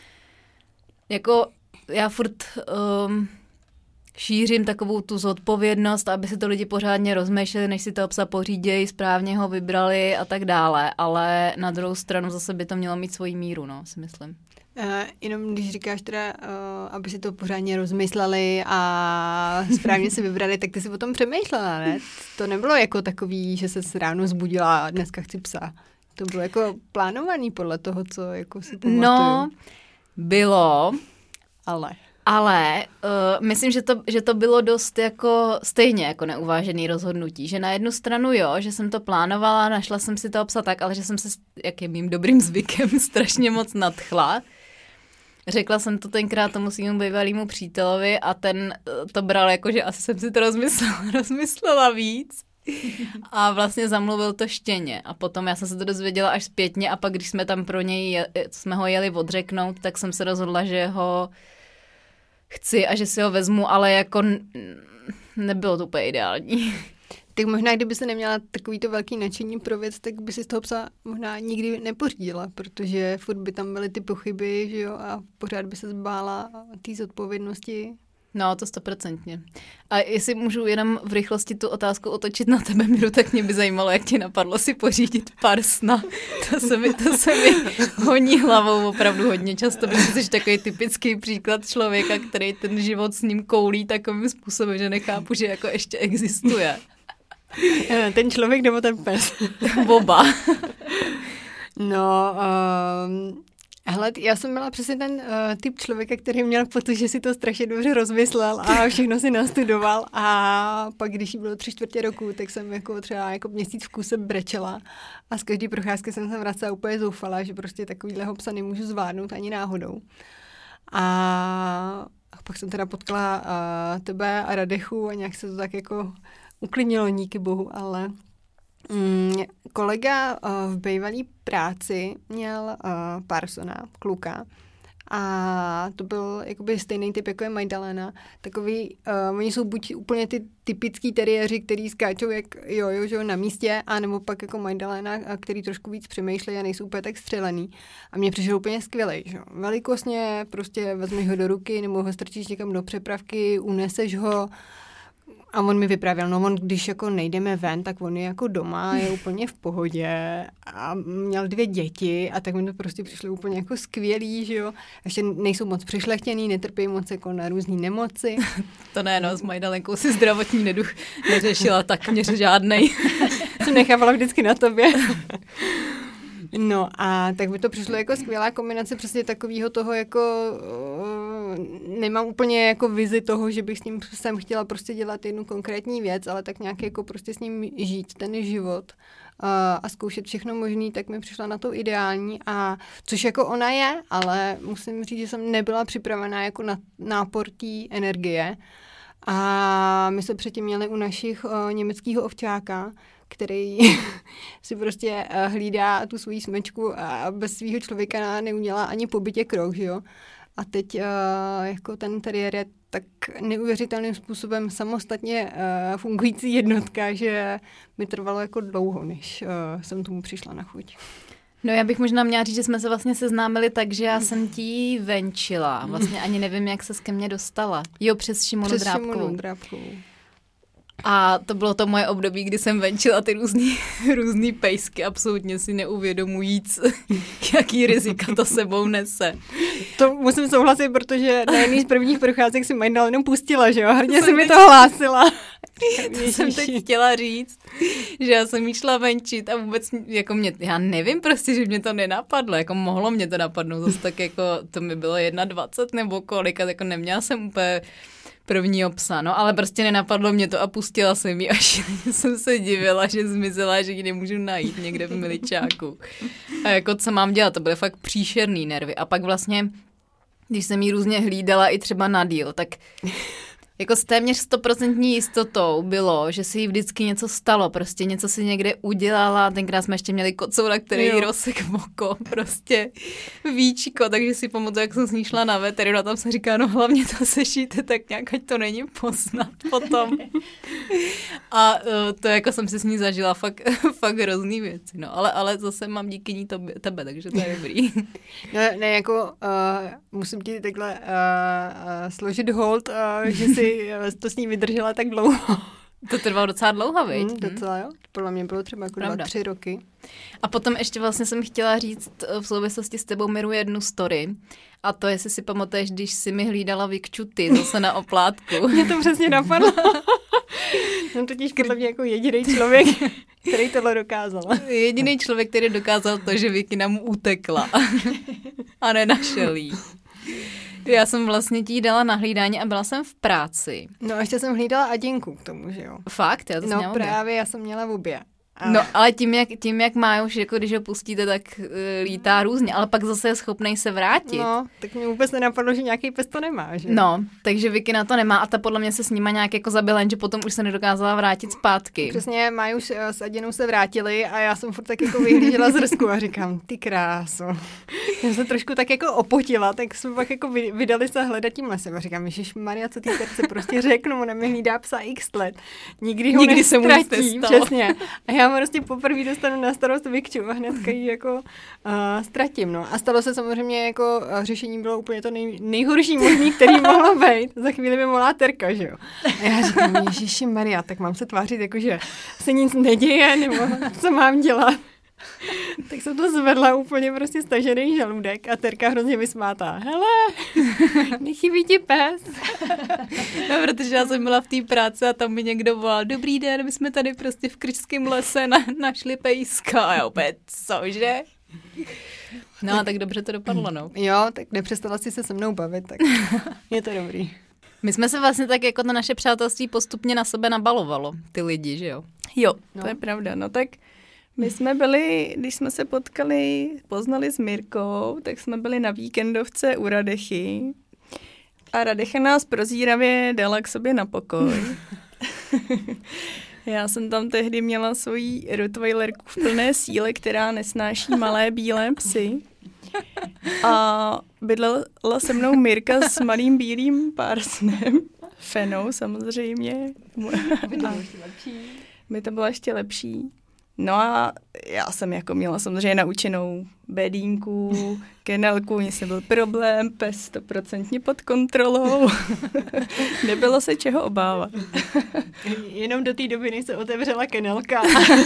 [SPEAKER 1] jako já furt um, šířím takovou tu zodpovědnost, aby si to lidi pořádně rozmýšleli, než si toho psa pořídějí, správně ho vybrali a tak dále, ale na druhou stranu zase by to mělo mít svoji míru, no, si myslím.
[SPEAKER 3] Uh, jenom když říkáš teda, uh, aby si to pořádně rozmysleli a správně si vybrali, tak ty si o tom přemýšlela, ne? To nebylo jako takový, že se ráno zbudila a dneska chci psa. To bylo jako plánovaný podle toho, co jako si pamatuju.
[SPEAKER 1] No, bylo,
[SPEAKER 3] ale...
[SPEAKER 1] Ale uh, myslím, že to, že to bylo dost jako stejně jako neuvážený rozhodnutí. Že na jednu stranu jo, že jsem to plánovala, našla jsem si toho psa tak, ale že jsem se, jak je mým dobrým zvykem, strašně moc nadchla. Řekla jsem to tenkrát tomu svýmu bývalému přítelovi a ten to bral jako, že asi jsem si to rozmyslela, rozmyslela víc. A vlastně zamluvil to štěně. A potom já jsem se to dozvěděla až zpětně a pak, když jsme tam pro něj, je, jsme ho jeli odřeknout, tak jsem se rozhodla, že ho chci a že si ho vezmu, ale jako nebylo to úplně ideální.
[SPEAKER 3] Tak možná, kdyby se neměla takovýto velký nadšení pro věc, tak by si z toho psa možná nikdy nepořídila, protože furt by tam byly ty pochyby, že jo, a pořád by se zbála té zodpovědnosti.
[SPEAKER 1] No, to stoprocentně. A jestli můžu jenom v rychlosti tu otázku otočit na tebe, Miru, tak mě by zajímalo, jak ti napadlo si pořídit pár sna. To se mi, to se mi honí hlavou opravdu hodně často, protože jsi takový typický příklad člověka, který ten život s ním koulí takovým způsobem, že nechápu, že jako ještě existuje.
[SPEAKER 3] Ten člověk nebo ten pes?
[SPEAKER 1] Oba.
[SPEAKER 3] No, um, Hele, já jsem byla přesně ten uh, typ člověka, který měl pocit, že si to strašně dobře rozmyslel a všechno si nastudoval a pak, když bylo tři čtvrtě roku, tak jsem jako třeba jako měsíc v kuse brečela a z každý procházky jsem se vracela úplně zoufala, že prostě takovýhleho psa nemůžu zvládnout ani náhodou. A pak jsem teda potkala uh, tebe a Radechu a nějak se to tak jako uklidnilo, díky bohu, ale mm, kolega uh, v bývalý práci měl uh, Parsona, kluka, a to byl jakoby stejný typ, jako je Magdalena. Takový, uh, oni jsou buď úplně ty typický teriéři, který skáčou jak jojo, že, na místě, anebo pak jako Magdalena, který trošku víc přemýšlejí a nejsou úplně tak střelený. A mně přišel úplně skvělej, že? Velikostně prostě vezmeš ho do ruky, nebo ho strčíš někam do přepravky, uneseš ho. A on mi vyprávěl, no on, když jako nejdeme ven, tak on je jako doma, je úplně v pohodě a měl dvě děti a tak mi to prostě přišlo úplně jako skvělý, že jo. Ještě nejsou moc přišlechtěný, netrpí moc jako na různý nemoci.
[SPEAKER 1] To ne, no, s Majdalenkou si zdravotní neduch neřešila takměř žádnej.
[SPEAKER 3] To nechávala vždycky na tobě. No a tak by to přišlo jako skvělá kombinace přesně takového toho jako uh, nemám úplně jako vizi toho, že bych s ním jsem chtěla prostě dělat jednu konkrétní věc, ale tak nějak jako prostě s ním žít ten život uh, a zkoušet všechno možný, tak mi přišla na to ideální a což jako ona je, ale musím říct, že jsem nebyla připravená jako na nápor té energie a my jsme předtím měli u našich uh, německého ovčáka, který si prostě hlídá tu svoji smečku a bez svého člověka neuměla ani po bytě krok, že jo. A teď uh, jako ten teriér je tak neuvěřitelným způsobem samostatně uh, fungující jednotka, že mi trvalo jako dlouho, než uh, jsem tomu přišla na chuť.
[SPEAKER 1] No já bych možná měla říct, že jsme se vlastně seznámili tak, že já jsem ti venčila. Vlastně ani nevím, jak se ke mně dostala. Jo, přes Šimonu
[SPEAKER 3] přes
[SPEAKER 1] Drábkovou.
[SPEAKER 3] Šimonu Drábkovou.
[SPEAKER 1] A to bylo to moje období, kdy jsem venčila ty různý, různý pejsky, absolutně si neuvědomujíc, jaký rizika to sebou nese.
[SPEAKER 3] To musím souhlasit, protože na jedný z prvních procházek si Majdal jenom pustila, že jo? Hrdě si mi to hlásila.
[SPEAKER 1] To jsem teď chtěla říct, že já jsem jí šla venčit a vůbec, jako mě, já nevím prostě, že mě to nenapadlo, jako mohlo mě to napadnout, zase tak jako, to mi bylo dvacet jedna nebo kolik, a jako neměla jsem úplně prvního psa, no, ale prostě nenapadlo mě to a pustila jsem ji, až jsem se divila, že zmizela, že ji nemůžu najít někde v Miličáku. A jako co mám dělat, to byly fakt příšerný nervy. A pak vlastně, když jsem ji různě hlídala i třeba na díl, tak jako s téměř stoprocentní jistotou bylo, že si jí vždycky něco stalo, prostě něco si někde udělala, tenkrát jsme ještě měli kocoura, který jí rozsek oko, prostě víčko, takže si pamatuju, jak jsem s ní šla na veterinu a tam jsem říkala, no hlavně to sešíte tak nějak, ať to není poznat potom. A uh, to jako jsem si s ní zažila fakt, fakt hrozný věci, no, ale, ale zase mám díky ní tobě, tebe, takže to je dobrý.
[SPEAKER 3] Ne, ne jako uh, musím ti takhle uh, uh, složit hold, uh, že si to s ní vydržela tak dlouho.
[SPEAKER 1] To trvalo docela dlouho, viď?
[SPEAKER 3] Hmm, docela jo. Podle mě bylo třeba jako dva, tři roky.
[SPEAKER 1] A potom ještě vlastně jsem chtěla říct v souvislosti s tebou, Miru, jednu story. A to, jestli si pamatuješ, když jsi mi hlídala Vikču ty zase na oplátku.
[SPEAKER 3] Mě to přesně napadlo. Jsem totiž podle mě jako jediný člověk, který tohle dokázal.
[SPEAKER 1] Jediný člověk, který dokázal to, že Vicky nám utekla a nenašel jí. Já jsem vlastně ti dala na hlídání a byla jsem v práci.
[SPEAKER 3] No a ještě jsem hlídala Adinku k tomu, že jo.
[SPEAKER 1] Fakt? Já to
[SPEAKER 3] no
[SPEAKER 1] právě,
[SPEAKER 3] obě. Já jsem měla obě. A...
[SPEAKER 1] No ale tím jak, tím, jak má už, jako když ho pustíte, tak uh, lítá různě, ale pak zase je schopnej se vrátit.
[SPEAKER 3] No, tak mě vůbec nenapadlo, že nějaký pes to nemá, že?
[SPEAKER 1] No, takže Vicky na to nemá a ta podle mě se s nima nějak jako zabila, že potom už se nedokázala vrátit zpátky.
[SPEAKER 3] Přesně, Mají už s Adinou se vrátili a já jsem furt tak jako vyhlížela z rsku a říkám, ty kráso. Já se trošku tak jako opotila, tak jsme pak jako vydali se hledat tím lesem a říkám, ježišmarja, co ty terce prostě řeknu, ona mi hlídá psa x let. Nikdy ho
[SPEAKER 1] Nikdy se mu
[SPEAKER 3] nestratí, přesně. A já prostě poprvé dostanu na starost Vikču a hnedka ji jako uh, ztratím, no. A stalo se samozřejmě jako uh, řešení bylo úplně to nej, nejhorší možný, který mohlo být. Za chvíli by mohla terka, že jo. A já říkám, ježišimarja, tak mám se tvářit jako, že se nic neděje, nebo co mám dělat. Tak jsem to zvedla úplně prostě stažený žaludek a terka hrozně vysmátá. Hele, nechybí ti pes.
[SPEAKER 1] No, protože já jsem byla v té práci a tam mi někdo volal, dobrý den, my jsme tady prostě v Kryžském lese na, našli pejska. A já opět, cože? No a tak dobře to dopadlo, no.
[SPEAKER 3] Jo, tak nepřestala si se se mnou bavit, tak je to dobrý.
[SPEAKER 1] My jsme se vlastně tak jako to naše přátelství postupně na sebe nabalovalo, ty lidi, že jo?
[SPEAKER 4] Jo,
[SPEAKER 3] No.
[SPEAKER 4] to je pravda. No tak my jsme byli, když jsme se potkali, poznali s Mirkou, tak jsme byli na víkendovce u Radechy a Radecha nás prozíravě dala k sobě na pokoj. Já jsem tam tehdy měla svoji rottweilerku v plné síle, která nesnáší malé bílé psy. A bydlela se mnou Mirka s malým bílým pársnem, Fenou samozřejmě. Mi to bylo ještě lepší. No a já jsem jako měla samozřejmě naučenou bedínku, kennelku, nic nebyl problém, pes stoprocentně pod kontrolou. Nebylo se čeho obávat.
[SPEAKER 3] Jenom do té doby, než se otevřela kennelka.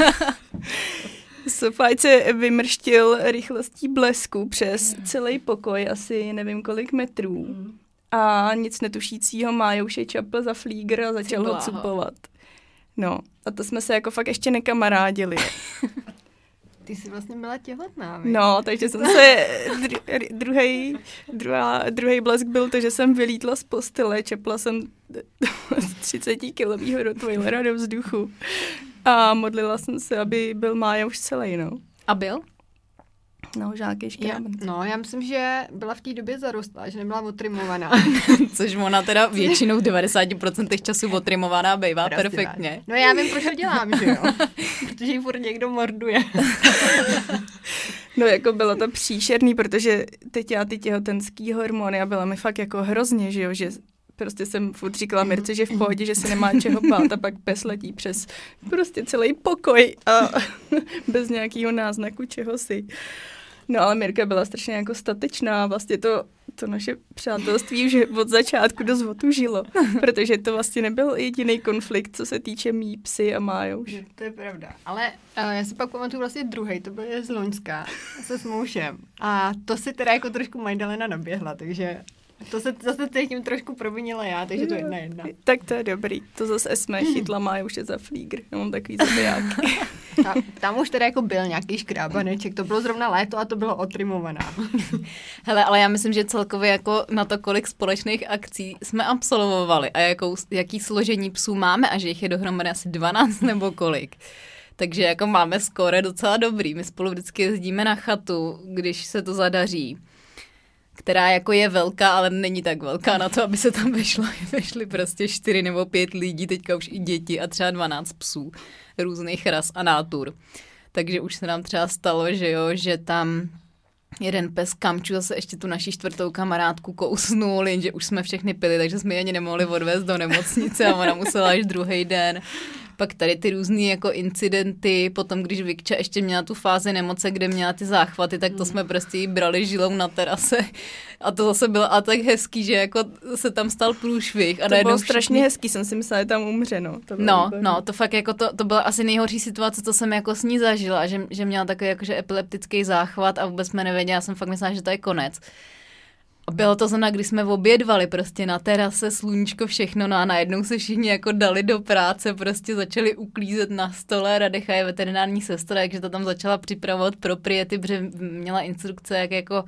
[SPEAKER 4] Sofajt se vymrštil rychlostí blesku přes celý pokoj, asi nevím kolik metrů. A nic netušícího Májouše čapl za flígr a začal ho cupovat. No, a to jsme se jako fakt ještě nekamarádili.
[SPEAKER 3] Ty jsi vlastně byla těhotná, víš?
[SPEAKER 4] No, takže jsem se, dru, druhý, druhá, druhý blesk byl to, že jsem vylítla z postele, čepla jsem z třicetikilovýho rottweilera do vzduchu a modlila jsem se, aby byl Mája už celý, no.
[SPEAKER 1] A byl?
[SPEAKER 4] No, žáky škrábenc.
[SPEAKER 3] No, já myslím, že byla v té době zarostlá, že nebyla otrimovaná.
[SPEAKER 1] Což ona teda většinou v devadesáti procentech času otrimovaná bývá
[SPEAKER 3] Prostě
[SPEAKER 1] perfektně.
[SPEAKER 3] Váž. No já vím, proč to dělám, že jo? Protože ji furt někdo morduje.
[SPEAKER 4] No jako bylo to příšerný, protože teď já ty těhotenský hormony a byla mi fakt jako hrozně, že jo, že prostě jsem furt říkala Mirce, že v pohodě, že se nemá čeho bát a pak pes letí přes prostě celý pokoj a bez nějakého náznaku čehosi. No ale Mirka byla strašně jako statečná, vlastně to, to naše přátelství už od začátku dost otužilo, protože to vlastně nebyl jediný konflikt, co se týče mý psy a Májouš.
[SPEAKER 3] To je pravda, ale uh, já si pak pamatuju vlastně druhej, to byl z Loňska se smoušem a to si teda jako trošku Magdalena naběhla, takže to se zase tím trošku provinila já, takže to je jedna jedna.
[SPEAKER 4] Tak to je dobrý, to zase jsme chytla Májouše za flígr, já mám takový zabijáky.
[SPEAKER 3] Ta, tam už teda jako byl nějaký škrábaneček, to bylo zrovna léto a to bylo otrimovaná.
[SPEAKER 1] Hele, ale já myslím, že celkově jako na to, kolik společných akcí jsme absolvovali a jakou, jaký složení psů máme a že jich je dohromady asi dvanáct nebo kolik. Takže jako máme skóre docela dobrý. My spolu vždycky jezdíme na chatu, když se to zadaří, která jako je velká, ale není tak velká na to, aby se tam vešlo. Vešly prostě čtyři nebo pět lidí, teďka už i děti a třeba dvanáct psů různých ras a nátur. Takže už se nám třeba stalo, že jo, že tam jeden pes Kamču zase ještě tu naši čtvrtou kamarádku kousnul, jenže už jsme všechny pili, takže jsme ji ani nemohli odvést do nemocnice a ona musela až druhý den. Pak tady ty různý jako incidenty, potom když Vikča ještě měla tu fázi nemoce, kde měla ty záchvaty, tak to jsme prostě jí brali žilou na terase a to zase bylo a tak hezký, že jako se tam stal průšvih. A
[SPEAKER 4] to bylo
[SPEAKER 1] všichni...
[SPEAKER 4] strašně hezký, jsem si myslela, že tam umře, no. To
[SPEAKER 1] no, no, to fakt jako to, to byla asi nejhorší situace, co jsem jako s ní zažila, že, že měla takový jakože epileptický záchvat a vůbec jsme nevěděli, já jsem fakt myslela, že to je konec. A bylo to znamená, když jsme obědvali prostě na terase, sluníčko, všechno, no a najednou se všichni jako dali do práce, prostě začali uklízet na stole, Radecha je veterinární sestra, takže to tam začala připravovat propriety, protože měla instrukce, jak jako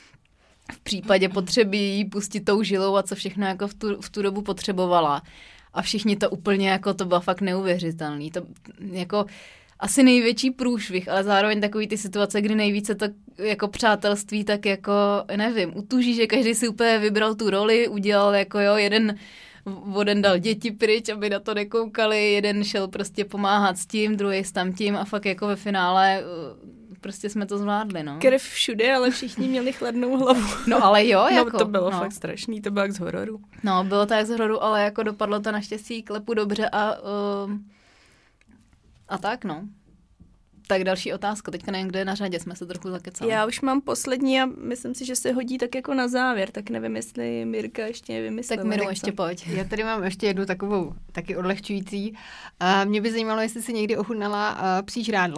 [SPEAKER 1] v případě potřeby jí pustit tou žilou a co všechno jako v tu, v tu dobu potřebovala. A všichni to úplně jako, to bylo fakt neuvěřitelný. To jako asi největší průšvih, ale zároveň takový ty situace, kdy nejvíce to jako přátelství, tak jako, nevím, utuží, že každý si úplně vybral tu roli, udělal jako jo, jeden voden dal děti pryč, aby na to nekoukali, jeden šel prostě pomáhat s tím, druhý s tamtím a fakt jako ve finále prostě jsme to zvládli, no.
[SPEAKER 4] Krev všude, ale všichni měli chladnou hlavu.
[SPEAKER 1] No ale jo, jako.
[SPEAKER 4] No to bylo
[SPEAKER 1] no.
[SPEAKER 4] fakt strašný, to bylo jak z hororu.
[SPEAKER 1] No, bylo to jak z hororu, ale jako dopadlo to naštěstí klepu dobře a uh, a tak, no. Tak další otázka, teďka nevím, kdo je na řadě, jsme se trochu zakecali.
[SPEAKER 4] Já už mám poslední a myslím si, že se hodí tak jako na závěr, tak nevím, jestli Mirka ještě vymyslela.
[SPEAKER 1] Tak Miru, ještě pojď.
[SPEAKER 3] Já tady mám ještě jednu takovou, taky odlehčující. A mě by zajímalo, jestli si někdy ochutnala uh, psí žrádlo.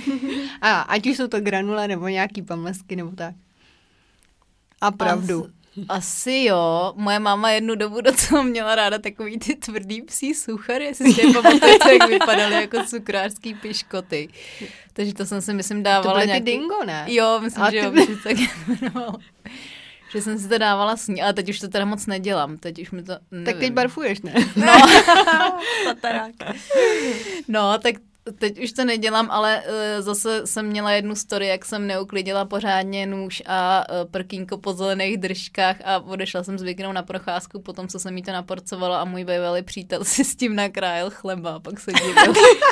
[SPEAKER 3] A ať už jsou to granule, nebo nějaký pamlsky, nebo tak. A pravdu.
[SPEAKER 1] Asi jo. Moje máma jednu dobu docela měla ráda takový ty tvrdý psí suchary, jestli si je pamatujete, jak vypadaly jako cukrářský piškoty. Takže to jsem si, myslím, dávala
[SPEAKER 3] to byly
[SPEAKER 1] nějaký...
[SPEAKER 3] ty dingo, ne?
[SPEAKER 1] Jo, myslím,
[SPEAKER 3] A
[SPEAKER 1] že
[SPEAKER 3] ty...
[SPEAKER 1] jo, myslím, tak jmenovalo. Že jsem si to dávala s ní, ale teď už to teda moc nedělám. Teď už mi to, nevím.
[SPEAKER 3] Tak teď barfuješ, ne?
[SPEAKER 1] No.
[SPEAKER 4] Tatarák.
[SPEAKER 1] No, tak teď už to nedělám, ale uh, zase jsem měla jednu story, jak jsem neuklidila pořádně nůž a uh, prkínko po zelených držkách a odešla jsem s Vikinou na procházku, potom co jsem jí to naporcovala a můj bývalý přítel si s tím nakrájel chleba a pak se divil.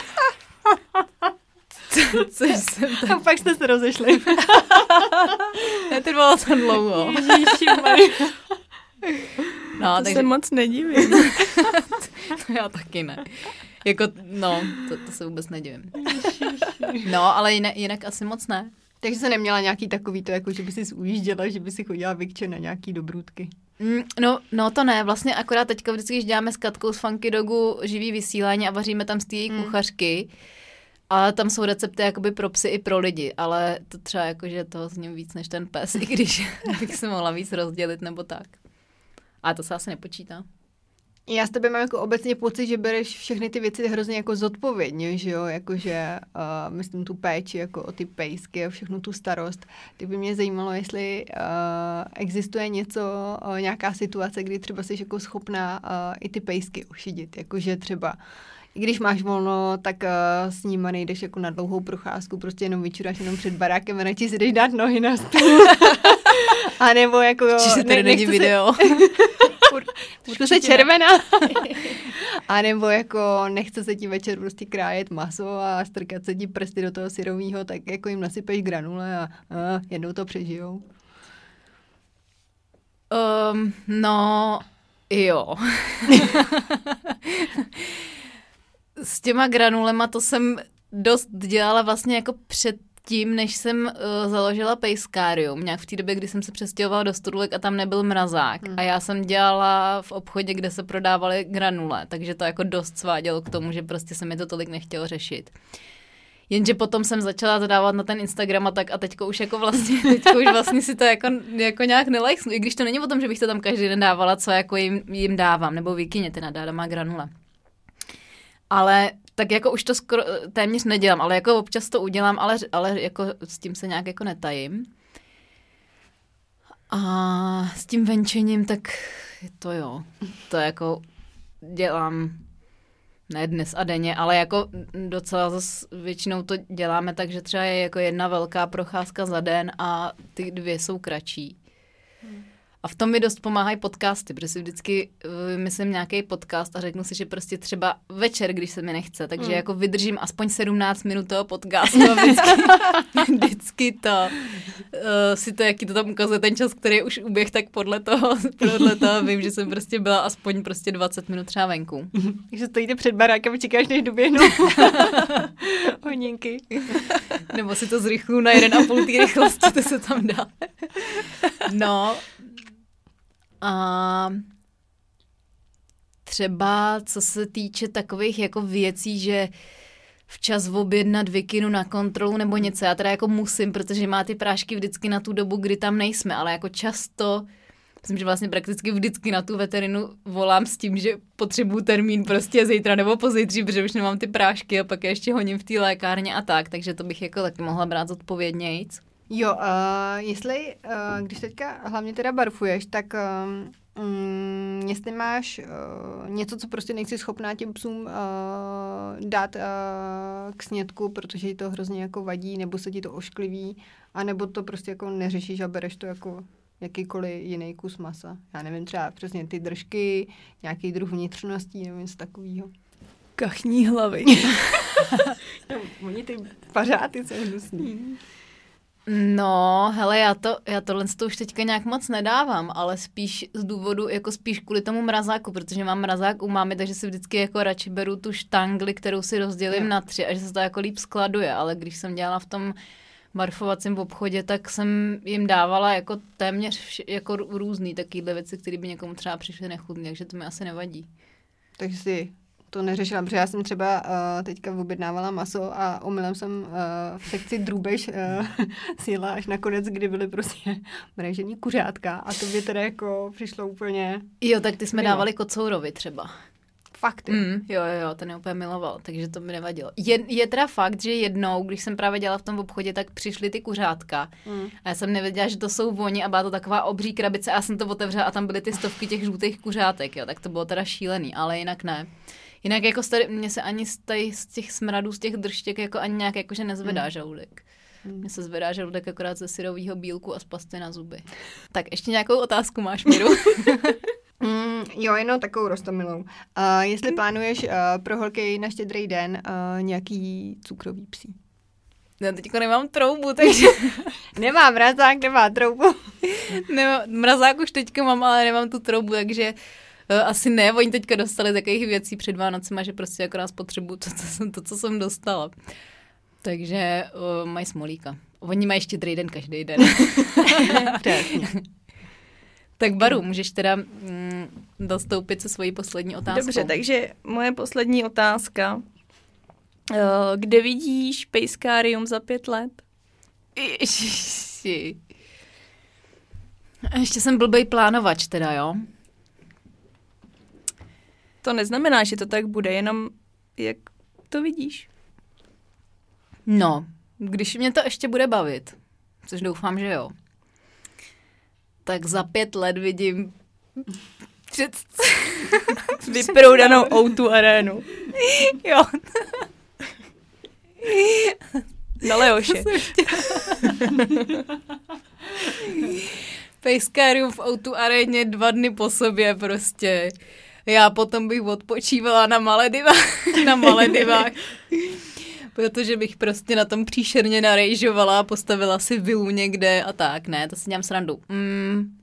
[SPEAKER 1] Což jsem tak...
[SPEAKER 3] A pak jste se rozešli.
[SPEAKER 1] Netrvalo to dlouho. No,
[SPEAKER 4] To
[SPEAKER 1] takže...
[SPEAKER 4] se moc nedivím.
[SPEAKER 1] To já taky ne. Jako, no, to, to se vůbec nedivím. No, ale jinak, jinak asi moc ne.
[SPEAKER 3] Takže se neměla nějaký takový to, jako že by si ujížděla, že by si chodila Vikče na nějaký dobrůdky.
[SPEAKER 1] Mm, no, no to ne, vlastně akorát teďka vždycky, když děláme s Katkou z Funky Dogu živý vysílání a vaříme tam z té její
[SPEAKER 3] Mm.
[SPEAKER 1] kuchařky, a tam jsou recepty jakoby pro psy i pro lidi, ale to třeba jako, že toho s ním víc než ten pes, i když bych se mohla víc rozdělit nebo tak. A to se asi nepočítá.
[SPEAKER 3] Já s tebe mám jako obecně pocit, že bereš všechny ty věci hrozně jako zodpovědně, že jo, jakože uh, myslím tu péči, jako o ty pejsky a všechnu tu starost. Tak by mě zajímalo, jestli uh, existuje něco, uh, nějaká situace, kdy třeba jsi jako schopná uh, i ty pejsky ušidit, jakože třeba i když máš volno, tak uh, s nima nejdeš jako na dlouhou procházku, prostě jenom vyčuráš jenom před barákem a radši si jdeš dát nohy na stůl. A nebo jako...
[SPEAKER 1] Čiže tady není video.
[SPEAKER 3] Určitě se červená. A nebo jako nechce se ti večer prostě krájet maso a strkat se ti prsty do toho syrovýho, tak jako jim nasypeš granule a, a jednou to přežijou.
[SPEAKER 1] Um, no, jo. S těma granulema to jsem dost dělala vlastně jako před tím, než jsem uh, založila pejskárium, nějak v té době, kdy jsem se přestěhovala do Studulek a tam nebyl mrazák. Hmm. A já jsem dělala v obchodě, kde se prodávaly granule, takže to jako dost svádělo k tomu, že prostě se mi to tolik nechtělo řešit. Jenže potom jsem začala to dávat na ten Instagram a tak a teďko už jako vlastně, teďko už vlastně si to jako, jako nějak nelajknu, i když to není o tom, že bych to tam každý den dávala, co jako jim, jim dávám, nebo Vikině, ty nadáda má granule. Ale tak jako už to skoro téměř nedělám, ale jako občas to udělám, ale, ale jako s tím se nějak jako netajím. A s tím venčením, tak to jo, to jako dělám ne dnes a denně, ale jako docela zas většinou to děláme tak, že třeba je jako jedna velká procházka za den a ty dvě jsou kratší. Hmm. A v tom mi dost pomáhají podcasty, protože si vždycky vymyslím nějaký podcast a řeknu si, že prostě třeba večer, když se mi nechce, takže mm. jako vydržím aspoň sedmnáct minut toho podcastu a vždycky, vždycky to, uh, si to, jaký to tam ukazuje ten čas, který už uběh, tak podle toho, podle toho vím, že jsem prostě byla aspoň prostě dvacet minut třeba venku.
[SPEAKER 3] Takže stojíte před barákem a čekáš, než doběhnou hodinky.
[SPEAKER 1] Nebo si to zrychlu na jeden a půl té rychlosti, to se tam dá. No, a třeba co se týče takových jako věcí, že včas objednat Vikinu na kontrolu nebo něco, já teda jako musím, protože má ty prášky vždycky na tu dobu, kdy tam nejsme, ale jako často, myslím, že vlastně prakticky vždycky na tu veterinu volám s tím, že potřebuju termín prostě zítra nebo pozítří, protože už nemám ty prášky a pak je ještě honím v té lékárně a tak, takže to bych jako taky mohla brát zodpovědnějc.
[SPEAKER 3] Jo, uh, jestli, uh, když teďka hlavně teda barfuješ, tak uh, um, jestli máš uh, něco, co prostě nejsi schopná těm psům uh, dát uh, k snědku, protože ti to hrozně jako vadí, nebo se ti to oškliví, anebo to prostě jako neřešíš a bereš to jako jakýkoliv jiný kus masa. Já nevím, třeba přesně ty držky, nějaký druh vnitřností, nebo něco takového.
[SPEAKER 4] Kachní hlavy.
[SPEAKER 3] Oni ty pařáty jsou hnusný.
[SPEAKER 1] No, hele, já to, já tohle to už teďka nějak moc nedávám, ale spíš z důvodu, jako spíš kvůli tomu mrazáku, protože mám mrazák u mámy, takže si vždycky jako radši beru tu štangli, kterou si rozdělím je. na tři a že se to jako líp skladuje, ale když jsem dělala v tom barfovacím obchodě, tak jsem jim dávala jako téměř vš- jako různý takovýhle věci, které by někomu třeba přišly nechutný, takže to mi asi nevadí.
[SPEAKER 3] Takže si to neřešila, protože já jsem třeba uh, teďka objednávala maso a omylem jsem uh, v sekci drůbež uh, sjela až nakonec, kdy byly prostě mražený kuřátka a to by teda jako přišlo úplně...
[SPEAKER 1] Jo, tak ty jsme
[SPEAKER 3] mimo.
[SPEAKER 1] dávali kocourovi třeba.
[SPEAKER 3] Fakt.
[SPEAKER 1] Mm, jo, jo, jo, ten je úplně miloval, takže to mi nevadilo. Je, je teda fakt, že jednou, když jsem právě dělala v tom obchodě, tak přišly ty kuřátka mm. a já jsem nevěděla, že to jsou oni a byla to taková obří krabice a já jsem to otevřela a tam byly ty stovky těch žlutých kuřátek, jo, tak to bylo teda šílený, ale jinak ne. Jinak jako stary, mě se ani z, tady, z těch smradů, z těch držtěk jako ani nějak jakože nezvedá mm. žaludek. Mm. Mně se zvedá žaludek akorát ze syrovýho bílku a z pasty na zuby. Tak ještě nějakou otázku máš, Míru?
[SPEAKER 3] Mm, jo, jenom takovou roztomilou. Uh, jestli plánuješ uh, pro holky na Štědrý den uh, nějaký cukrový psí?
[SPEAKER 1] Já teďko nemám troubu, takže...
[SPEAKER 3] Nemám mrazák, nemá troubu.
[SPEAKER 1] Nemám, mrazák už teďka mám, ale nemám tu troubu, takže uh, asi ne. Oni teďka dostali takových věcí před Vánocema, že prostě akorát spotřebuju to, co jsem, to, co jsem dostala. Takže uh, mají smolíka. Oni mají Štědrý den každý den.
[SPEAKER 3] Přesně.
[SPEAKER 1] Tak Baru, můžeš teda mm, dostoupit se svojí poslední otázkou.
[SPEAKER 4] Dobře, takže moje poslední otázka. Uh, kde vidíš pejskárium za pět let?
[SPEAKER 1] Ježiši. Ještě jsem blbej plánovač teda, jo?
[SPEAKER 4] To neznamená, že to tak bude, jenom jak to vidíš.
[SPEAKER 1] No, když mě to ještě bude bavit, což doufám, že jo, tak za pět let vidím před...
[SPEAKER 4] vyproudanou ó dva arénu.
[SPEAKER 1] Jo.
[SPEAKER 4] Na Leoše.
[SPEAKER 1] Pejskárium v ó dva aréně dva dny po sobě prostě. Já potom bych odpočívala na Maledivách, na Maledivách. Protože bych prostě na tom příšerně narejžovala a postavila si vilu někde a tak. Ne, to si dělám srandu. Mm.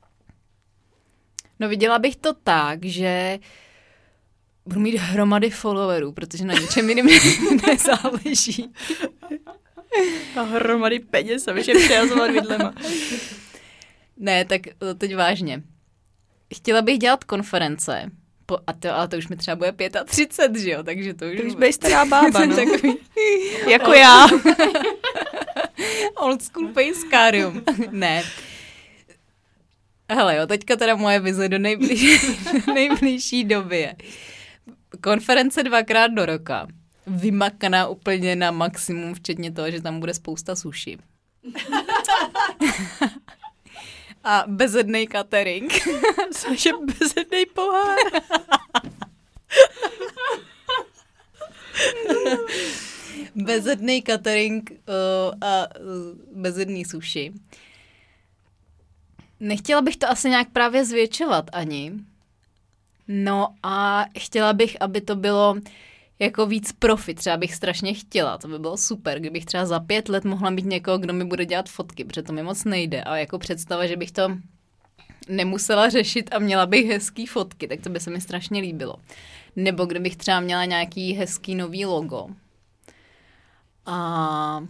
[SPEAKER 1] No viděla bych to tak, že budu mít hromady followerů, protože na ničem jiným nezáleží.
[SPEAKER 4] A hromady peněz a všem přehazovat vidlema.
[SPEAKER 1] Ne, tak teď vážně. Chtěla bych dělat konference, po, a to, ale to už mi třeba bude třicet pět, že jo, takže to už...
[SPEAKER 4] To už budeš stará bába, no.
[SPEAKER 1] Takový...
[SPEAKER 4] Jako já.
[SPEAKER 1] Old school pejskárium. Ne. Hele jo, teďka teda moje vize do nejbližší, nejbližší doby je. Konference dvakrát do roka. Vymakaná úplně na maximum, včetně toho, že tam bude spousta sushi. A bezednej catering.
[SPEAKER 4] Cože bezednej pohár?
[SPEAKER 1] Bezednej catering uh, a uh, bezedný sushi. Nechtěla bych to asi nějak právě zvětšovat ani. No a chtěla bych, aby to bylo jako víc profi. Třeba bych strašně chtěla. To by bylo super, kdybych třeba za pět let mohla mít někoho, kdo mi bude dělat fotky, protože to mi moc nejde. A jako představa, že bych to nemusela řešit a měla bych hezký fotky, tak to by se mi strašně líbilo. Nebo kdybych třeba měla nějaký hezký nový logo. A...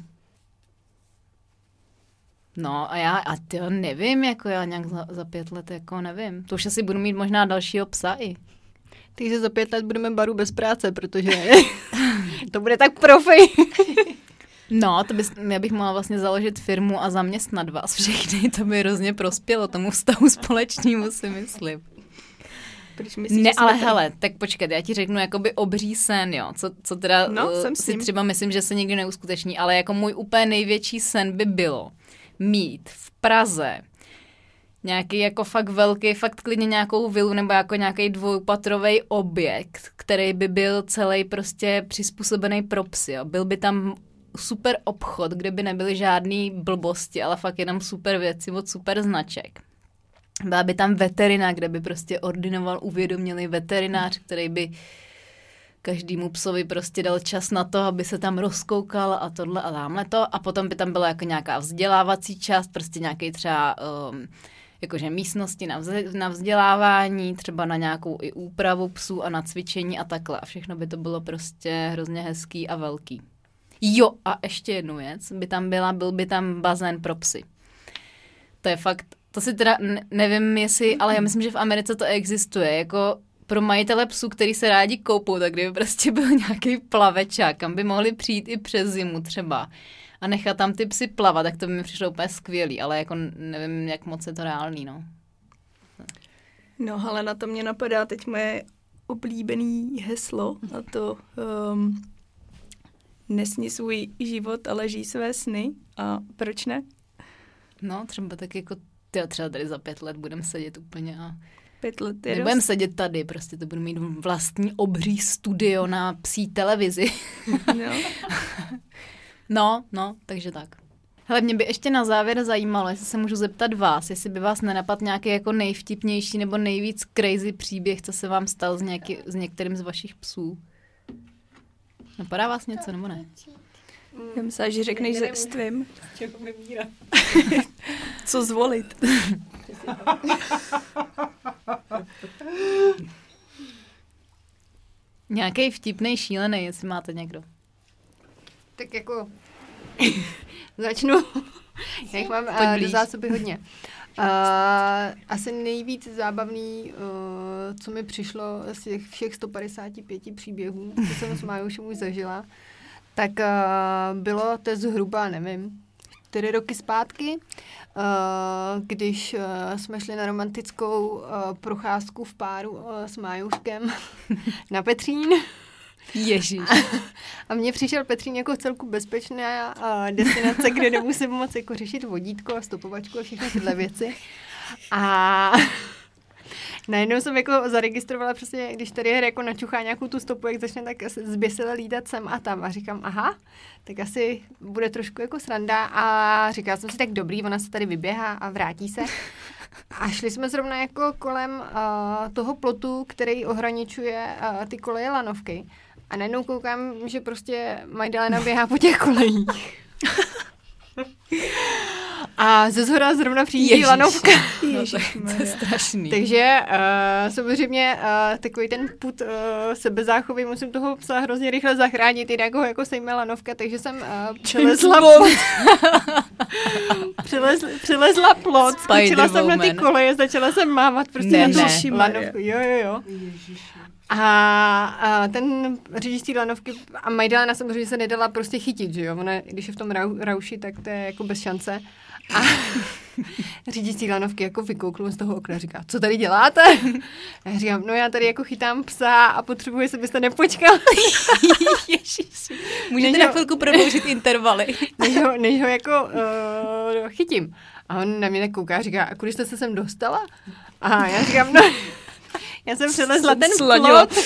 [SPEAKER 1] No a já, a ty nevím, jako já nějak za, za pět let, jako nevím. To už asi budu mít možná dalšího psa i.
[SPEAKER 3] Takže za pět let budeme Baru bez práce, protože to bude tak profi.
[SPEAKER 1] No, to bys, já bych mohla vlastně založit firmu a zaměstnat vás všechny, to by hrozně prospělo tomu vztahu společnému, si myslím.
[SPEAKER 4] Myslíš,
[SPEAKER 1] ne, ale hele, tak počkej, já ti řeknu jakoby obří sen, jo, co, co teda
[SPEAKER 4] no,
[SPEAKER 1] uh,
[SPEAKER 4] jsem
[SPEAKER 1] si třeba myslím, že se nikdy neuskuteční, ale jako můj úplně největší sen by bylo mít v Praze nějaký jako fakt velký, fakt klidně nějakou vilu nebo jako nějaký dvoupatrový objekt, který by byl celý prostě přizpůsobený pro psy, jo. Byl by tam super obchod, kde by nebyly žádný blbosti, ale fakt jenom super věci od super značek. Byla by tam veterina, kde by prostě ordinoval uvědomělý veterinář, který by každému psovi prostě dal čas na to, aby se tam rozkoukal a tohle a tamhle to. A potom by tam byla jako nějaká vzdělávací část, prostě nějaký třeba um, jakože místnosti na, vz, na vzdělávání, třeba na nějakou i úpravu psů a na cvičení a takhle. A všechno by to bylo prostě hrozně hezký a velký. Jo, a ještě jednu věc, by tam byla, byl by tam bazén pro psy. To je fakt, to si teda nevím, jestli, ale já myslím, že v Americe to existuje, jako pro majitele psů, který se rádi koupou, tak kdyby prostě byl nějaký plavečák, kam by mohli přijít i přes zimu třeba a nechat tam ty psy plavat, tak to by mi přišlo úplně skvělý, ale jako nevím, jak moc je to reálný, no.
[SPEAKER 4] No, ale na to mě napadá teď moje oblíbený heslo a to um, nesni svůj život, ale žij své sny. A proč ne?
[SPEAKER 1] No, třeba tak jako tyjo, třeba tady za pět let budeme sedět úplně a
[SPEAKER 4] Pět let je
[SPEAKER 1] nebudeme
[SPEAKER 4] dost.
[SPEAKER 1] sedět tady, prostě to budu mít vlastní obří studio na psí televizi.
[SPEAKER 4] No.
[SPEAKER 1] No, no, takže tak. Hele, mě by ještě na závěr zajímalo, jestli se můžu zeptat vás, jestli by vás nenapadl nějaký jako nejvtipnější nebo nejvíc crazy příběh, co se vám stal s, nějaký, s některým z vašich psů. Napadá vás něco, nebo ne?
[SPEAKER 4] Já myslím, že řekneš se s tvým. Co zvolit?
[SPEAKER 1] Nějaký vtipnej, šílený, jestli máte někdo.
[SPEAKER 3] Tak jako začnu. Já jich mám uh, do zásoby hodně. Uh, asi nejvíc zábavný, uh, co mi přišlo z těch všech sto padesát pět příběhů, co jsem s Májušem už zažila, tak uh, bylo to zhruba, nevím, čtyři roky zpátky, uh, když uh, jsme šli na romantickou uh, procházku v páru uh, s Májuškem na Petřín.
[SPEAKER 1] Ježiš.
[SPEAKER 3] A mně přišel Petřín jako celku bezpečná uh, destinace, kde nemusím moc jako řešit vodítko a stopovačku a všechny tyhle věci. A najednou jsem jako zaregistrovala přesně, když tady jako načuchá nějakou tu stopu, jak začne tak zběsile lítat sem a tam. A říkám, aha, tak asi bude trošku jako sranda. A říkala jsem si, tak dobrý, ona se tady vyběhá a vrátí se. A šli jsme zrovna jako kolem uh, toho plotu, který ohraničuje uh, ty koleje lanovky. A najednou koukám, že prostě Magdalena běhá po těch kolejích. A ze zhora zrovna přijde lanovka.
[SPEAKER 1] No to, to je strašný.
[SPEAKER 3] Takže uh, samozřejmě uh, takový ten put uh, sebezáchovy, musím toho psa hrozně rychle zachránit, jinak ho jako sejme lanovka, takže jsem uh, přelezla plot. Přelez, přelezla plot, skočila jsem na ty koleje, začala jsem mávat prostě
[SPEAKER 1] ne,
[SPEAKER 3] na
[SPEAKER 1] ne.
[SPEAKER 3] tu lanovku. Jo, jo, jo. A, a ten řidič té lanovky a Majdalena samozřejmě se nedala prostě chytit, že jo? Ona, když je v tom rau, rauši, tak to je jako bez šance. A řidič té lanovky jako vykouknul z toho okna a říká, co tady děláte? A já říkám, no já tady jako chytám psa a potřebuji, se byste nepočkal.
[SPEAKER 1] Ježiši. Můžete na chvilku prodloužit intervaly.
[SPEAKER 3] Než ho, než ho jako uh, chytím. A on na mě tak kouká a říká, a kudy jste se sem dostala? A já říkám, no... Já jsem přelezla ten plot.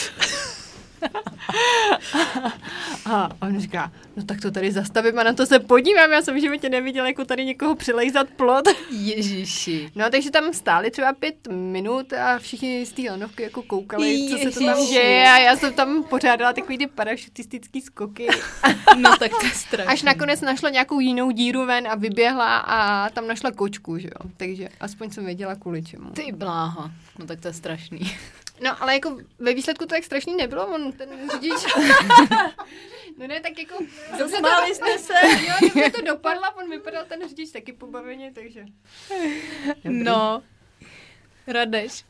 [SPEAKER 3] A on říká, no tak to tady zastavím a na to se podívám. Já jsem v životě neviděla, jako tady někoho přilejzat plot.
[SPEAKER 1] Ježiši.
[SPEAKER 3] No takže tam stáli třeba pět minut a všichni z té lanovky jako koukali,
[SPEAKER 1] Ježiši.
[SPEAKER 3] co se to tam děje. A já jsem tam pořádala takový ty parašutistický skoky.
[SPEAKER 1] No tak to je strašný.
[SPEAKER 3] Až nakonec našla nějakou jinou díru ven a vyběhla a tam našla kočku, že jo. Takže aspoň jsem věděla kvůli čemu.
[SPEAKER 1] Ty bláho. No tak to je strašný.
[SPEAKER 3] No, ale jako ve výsledku to tak strašný nebylo, on ten řidič... no ne, tak jako...
[SPEAKER 4] Zasmáli jste se.
[SPEAKER 3] Jo, dobře to dopadla, on vypadal ten řidič taky pobaveně, takže... Dobrý.
[SPEAKER 1] No. Radeš.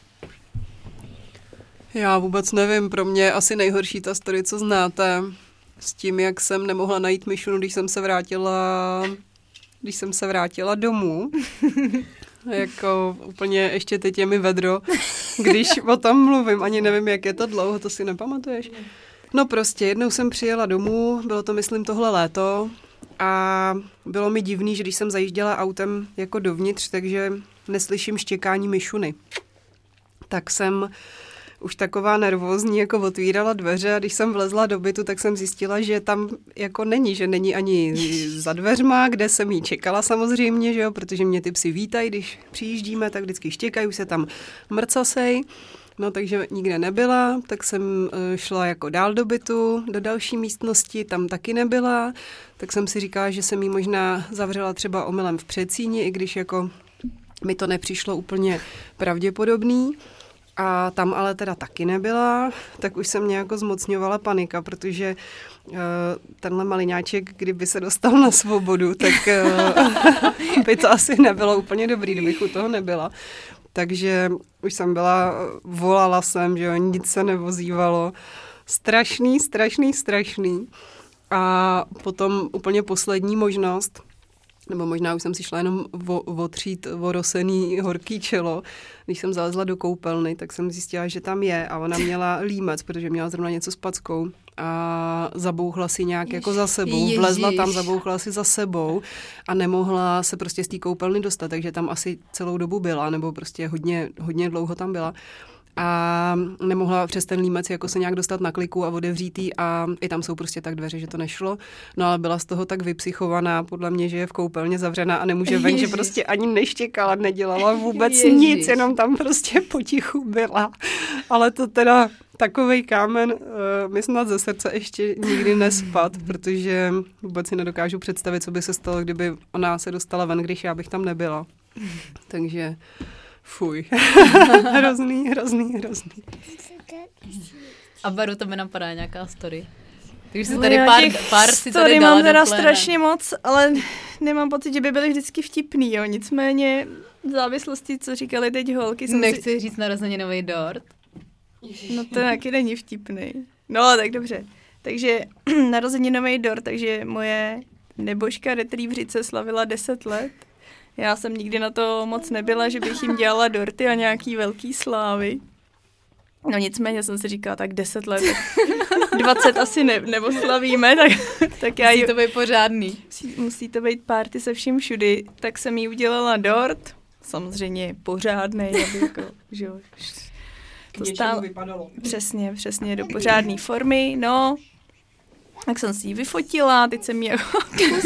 [SPEAKER 2] Já vůbec nevím, pro mě asi nejhorší ta story, co znáte, s tím, jak jsem nemohla najít Mišunu, když jsem se vrátila, když jsem se vrátila domů. Jako úplně ještě teď je mi vedro, když o tom mluvím, ani nevím, jak je to dlouho, to si nepamatuješ? No prostě, jednou jsem přijela domů, bylo to myslím tohle léto a bylo mi divný, že když jsem zajížděla autem jako dovnitř, takže neslyším štěkání Mišuny. Tak jsem už taková nervózní, jako otvírala dveře a když jsem vlezla do bytu, tak jsem zjistila, že tam jako není, že není ani za dveřma, kde jsem jí čekala samozřejmě, že jo, protože mě ty psi vítají, když přijíždíme, tak vždycky štěkají, už se tam mrcasej. No takže nikde nebyla, tak jsem šla jako dál do bytu, do další místnosti, tam taky nebyla, tak jsem si říkala, že jsem jí možná zavřela třeba omylem v předsíni, i když jako mi to nepřišlo úplně pravděpodobný. A tam ale teda taky nebyla, tak už se mě jako zmocňovala panika, protože uh, tenhle maliňáček, kdyby se dostal na svobodu, tak uh, by to asi nebylo úplně dobrý, kdybych u toho nebyla. takže už jsem byla, volala jsem, že jo, nic se nevozívalo. Strašný, strašný, strašný. A potom úplně poslední možnost, nebo možná už jsem si šla jenom otřít orosený horký čelo. Když jsem zalezla do koupelny, tak jsem zjistila, že tam je a ona měla límec, protože měla zrovna něco s packou a zabouchla si nějak Jež, jako za sebou, ježiš. Vlezla tam, zabouchla si za sebou a nemohla se prostě z té koupelny dostat, takže tam asi celou dobu byla, nebo prostě hodně, hodně dlouho tam byla. A nemohla přes ten límec jako se nějak dostat na kliku a otevřít jí a i tam jsou prostě tak dveře, že to nešlo. No ale byla z toho tak vypsychovaná, podle mě, že je v koupelně zavřená a nemůže ven, že prostě ani neštěkala, nedělala vůbec Ježiš. nic, jenom tam prostě potichu byla. Ale to teda takovej kámen uh, mi snad ze srdce ještě nikdy nespad, protože vůbec si nedokážu představit, co by se stalo, kdyby ona se dostala ven, když já bych tam nebyla. Takže... Fuj. hrozný, hrozný, hrozný.
[SPEAKER 1] A Baru, to mi napadá nějaká story. Takže si tady pár, pár si tady
[SPEAKER 4] story
[SPEAKER 1] dala
[SPEAKER 4] mám teda
[SPEAKER 1] do
[SPEAKER 4] strašně moc, ale nemám pocit, že by byly vždycky vtipný, jo. Nicméně v závislosti, co říkali teď holky. Jsem
[SPEAKER 1] Nechci
[SPEAKER 4] si...
[SPEAKER 1] říct narozeninový dort.
[SPEAKER 4] No to taky není vtipný. No, tak dobře. Takže narozeninový dort, takže moje nebožka retrievřice slavila deset let. Já jsem nikdy na to moc nebyla, že bych jim dělala dorty a nějaký velký slávy. No nicméně jsem si říkala, tak deset let, tak dvacet asi ne, nebo slavíme, tak, tak já...
[SPEAKER 1] Musí to být pořádný.
[SPEAKER 4] Musí, musí to být party se vším všudy, tak jsem jí udělala dort, samozřejmě pořádnej, aby jako, že jo, to stálo, vypadalo. Přesně, přesně, do pořádné formy, no. Tak jsem si ji vyfotila, teď jsem jí jako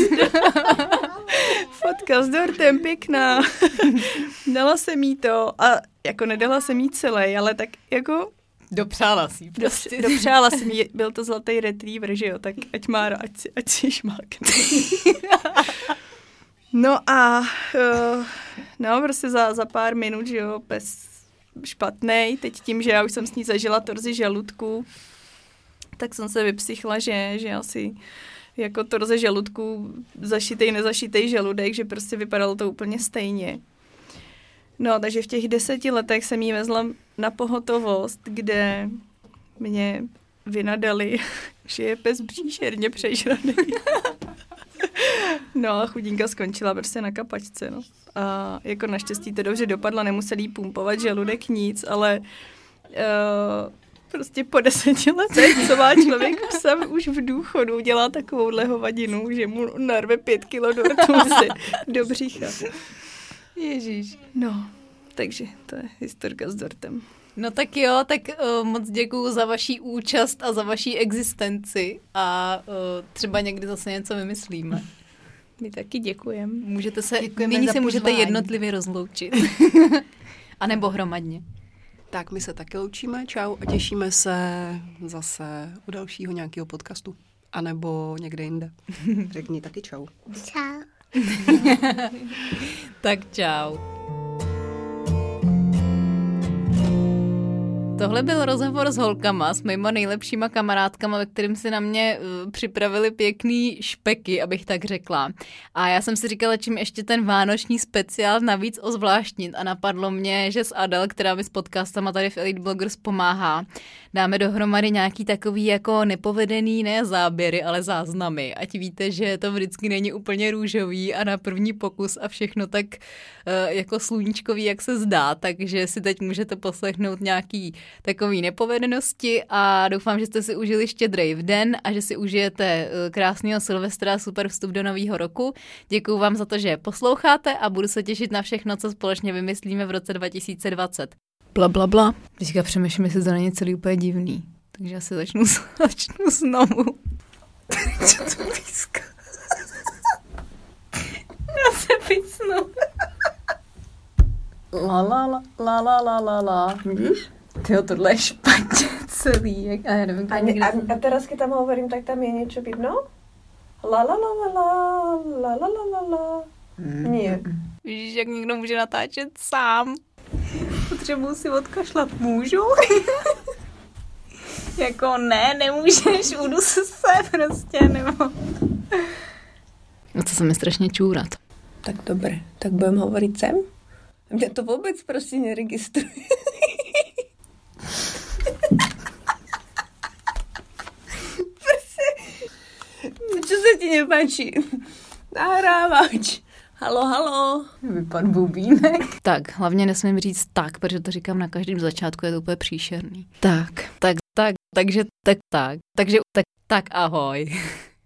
[SPEAKER 4] fotka s dortem, pěkná. Dala jsem jí to a jako nedala jsem jí celý, ale tak jako...
[SPEAKER 1] Dopřála si prostě.
[SPEAKER 4] Dopřála jsem jí, byl to zlatý retriever, že jo, tak ať má, ať si, ať si šmákne. No a uh, no prostě za, za pár minut, že jo, pes špatnej, teď tím, že já už jsem s ní zažila torzi žaludku, tak jsem se vypsychla, že, že asi jako torze žaludku, zašitej, nezašitej žaludek, že prostě vypadalo to úplně stejně. No, takže v těch deseti letech jsem jí vezla na pohotovost, kde mě vynadali, že je pes příšerně přežraný. No a chudinka skončila prostě na kapačce, no. A jako naštěstí to dobře dopadlo, nemuseli jí pumpovat žaludek, nic, ale... Uh, Prostě po deseti letech, co má člověk psa už v důchodu, dělá takovouhle hovadinu, že mu narve pět kilo dortu do břicha.
[SPEAKER 1] Ježíš.
[SPEAKER 4] No, takže to je historka s dortem.
[SPEAKER 1] No tak jo, tak uh, moc děkuju za vaši účast a za vaši existenci a uh, třeba někdy zase něco vymyslíme.
[SPEAKER 4] My taky děkujeme.
[SPEAKER 1] Můžete se, nyní se můžete jednotlivě rozloučit. A nebo hromadně.
[SPEAKER 2] Tak my se taky loučíme, čau a těšíme se zase u dalšího nějakého podcastu. A nebo někde jinde. Řekni taky čau.
[SPEAKER 3] Čau.
[SPEAKER 1] Tak čau. Tohle byl rozhovor s holkama, s mýma nejlepšíma kamarádkama, ve kterým si na mě uh, připravili pěkný špeky, abych tak řekla. A já jsem si říkala, čím ještě ten vánoční speciál navíc ozvláštnit a napadlo mě, že s Adel, která mi s podcastama tady v Elite Bloggers pomáhá, dáme dohromady nějaký takový jako nepovedený, ne záběry, ale záznamy. Ať víte, že to vždycky není úplně růžový a na první pokus a všechno tak uh, jako sluníčkový, jak se zdá, takže si teď můžete poslechnout nějaký takový nepovedenosti a doufám, že jste si užili štědrej v den a že si užijete krásného Silvestra, super vstup do nového roku. Děkuju vám za to, že posloucháte a budu se těšit na všechno, co společně vymyslíme v roce dva tisíce dvacet. Bla, bla, bla. Teďka přemýšlím, jestli to není celý úplně divný. Takže asi začnu, začnu znovu. Co to píská? Já se písnu. La, la, la, la, la, la, la, la. Vidíš? Tyjo, tohle je špatně celý. Jak, a já nevím,
[SPEAKER 5] a, ne, a, a teraz, keď tam hovorím, tak tam je niečo vidno? La la la la la, la la la la la. Mm. Nie.
[SPEAKER 1] Vidíš, jak někdo může natáčet sám. Potřebuji si odkašlat. Můžu? Jako ne, nemůžeš, udus se prostě, nebo... No to se mi strašně čůrat.
[SPEAKER 5] Tak dobre, tak budem hovoriť sem? Mě to vůbec prostě neregistruje. Co se ti nepáčí? Nahrávač. Halo, halo.
[SPEAKER 3] Vypad bubínek.
[SPEAKER 1] Tak, hlavně nesmím říct tak, protože to říkám na každém začátku, je to úplně příšerný. Tak, tak, tak, takže, tak, tak, takže, tak, tak ahoj.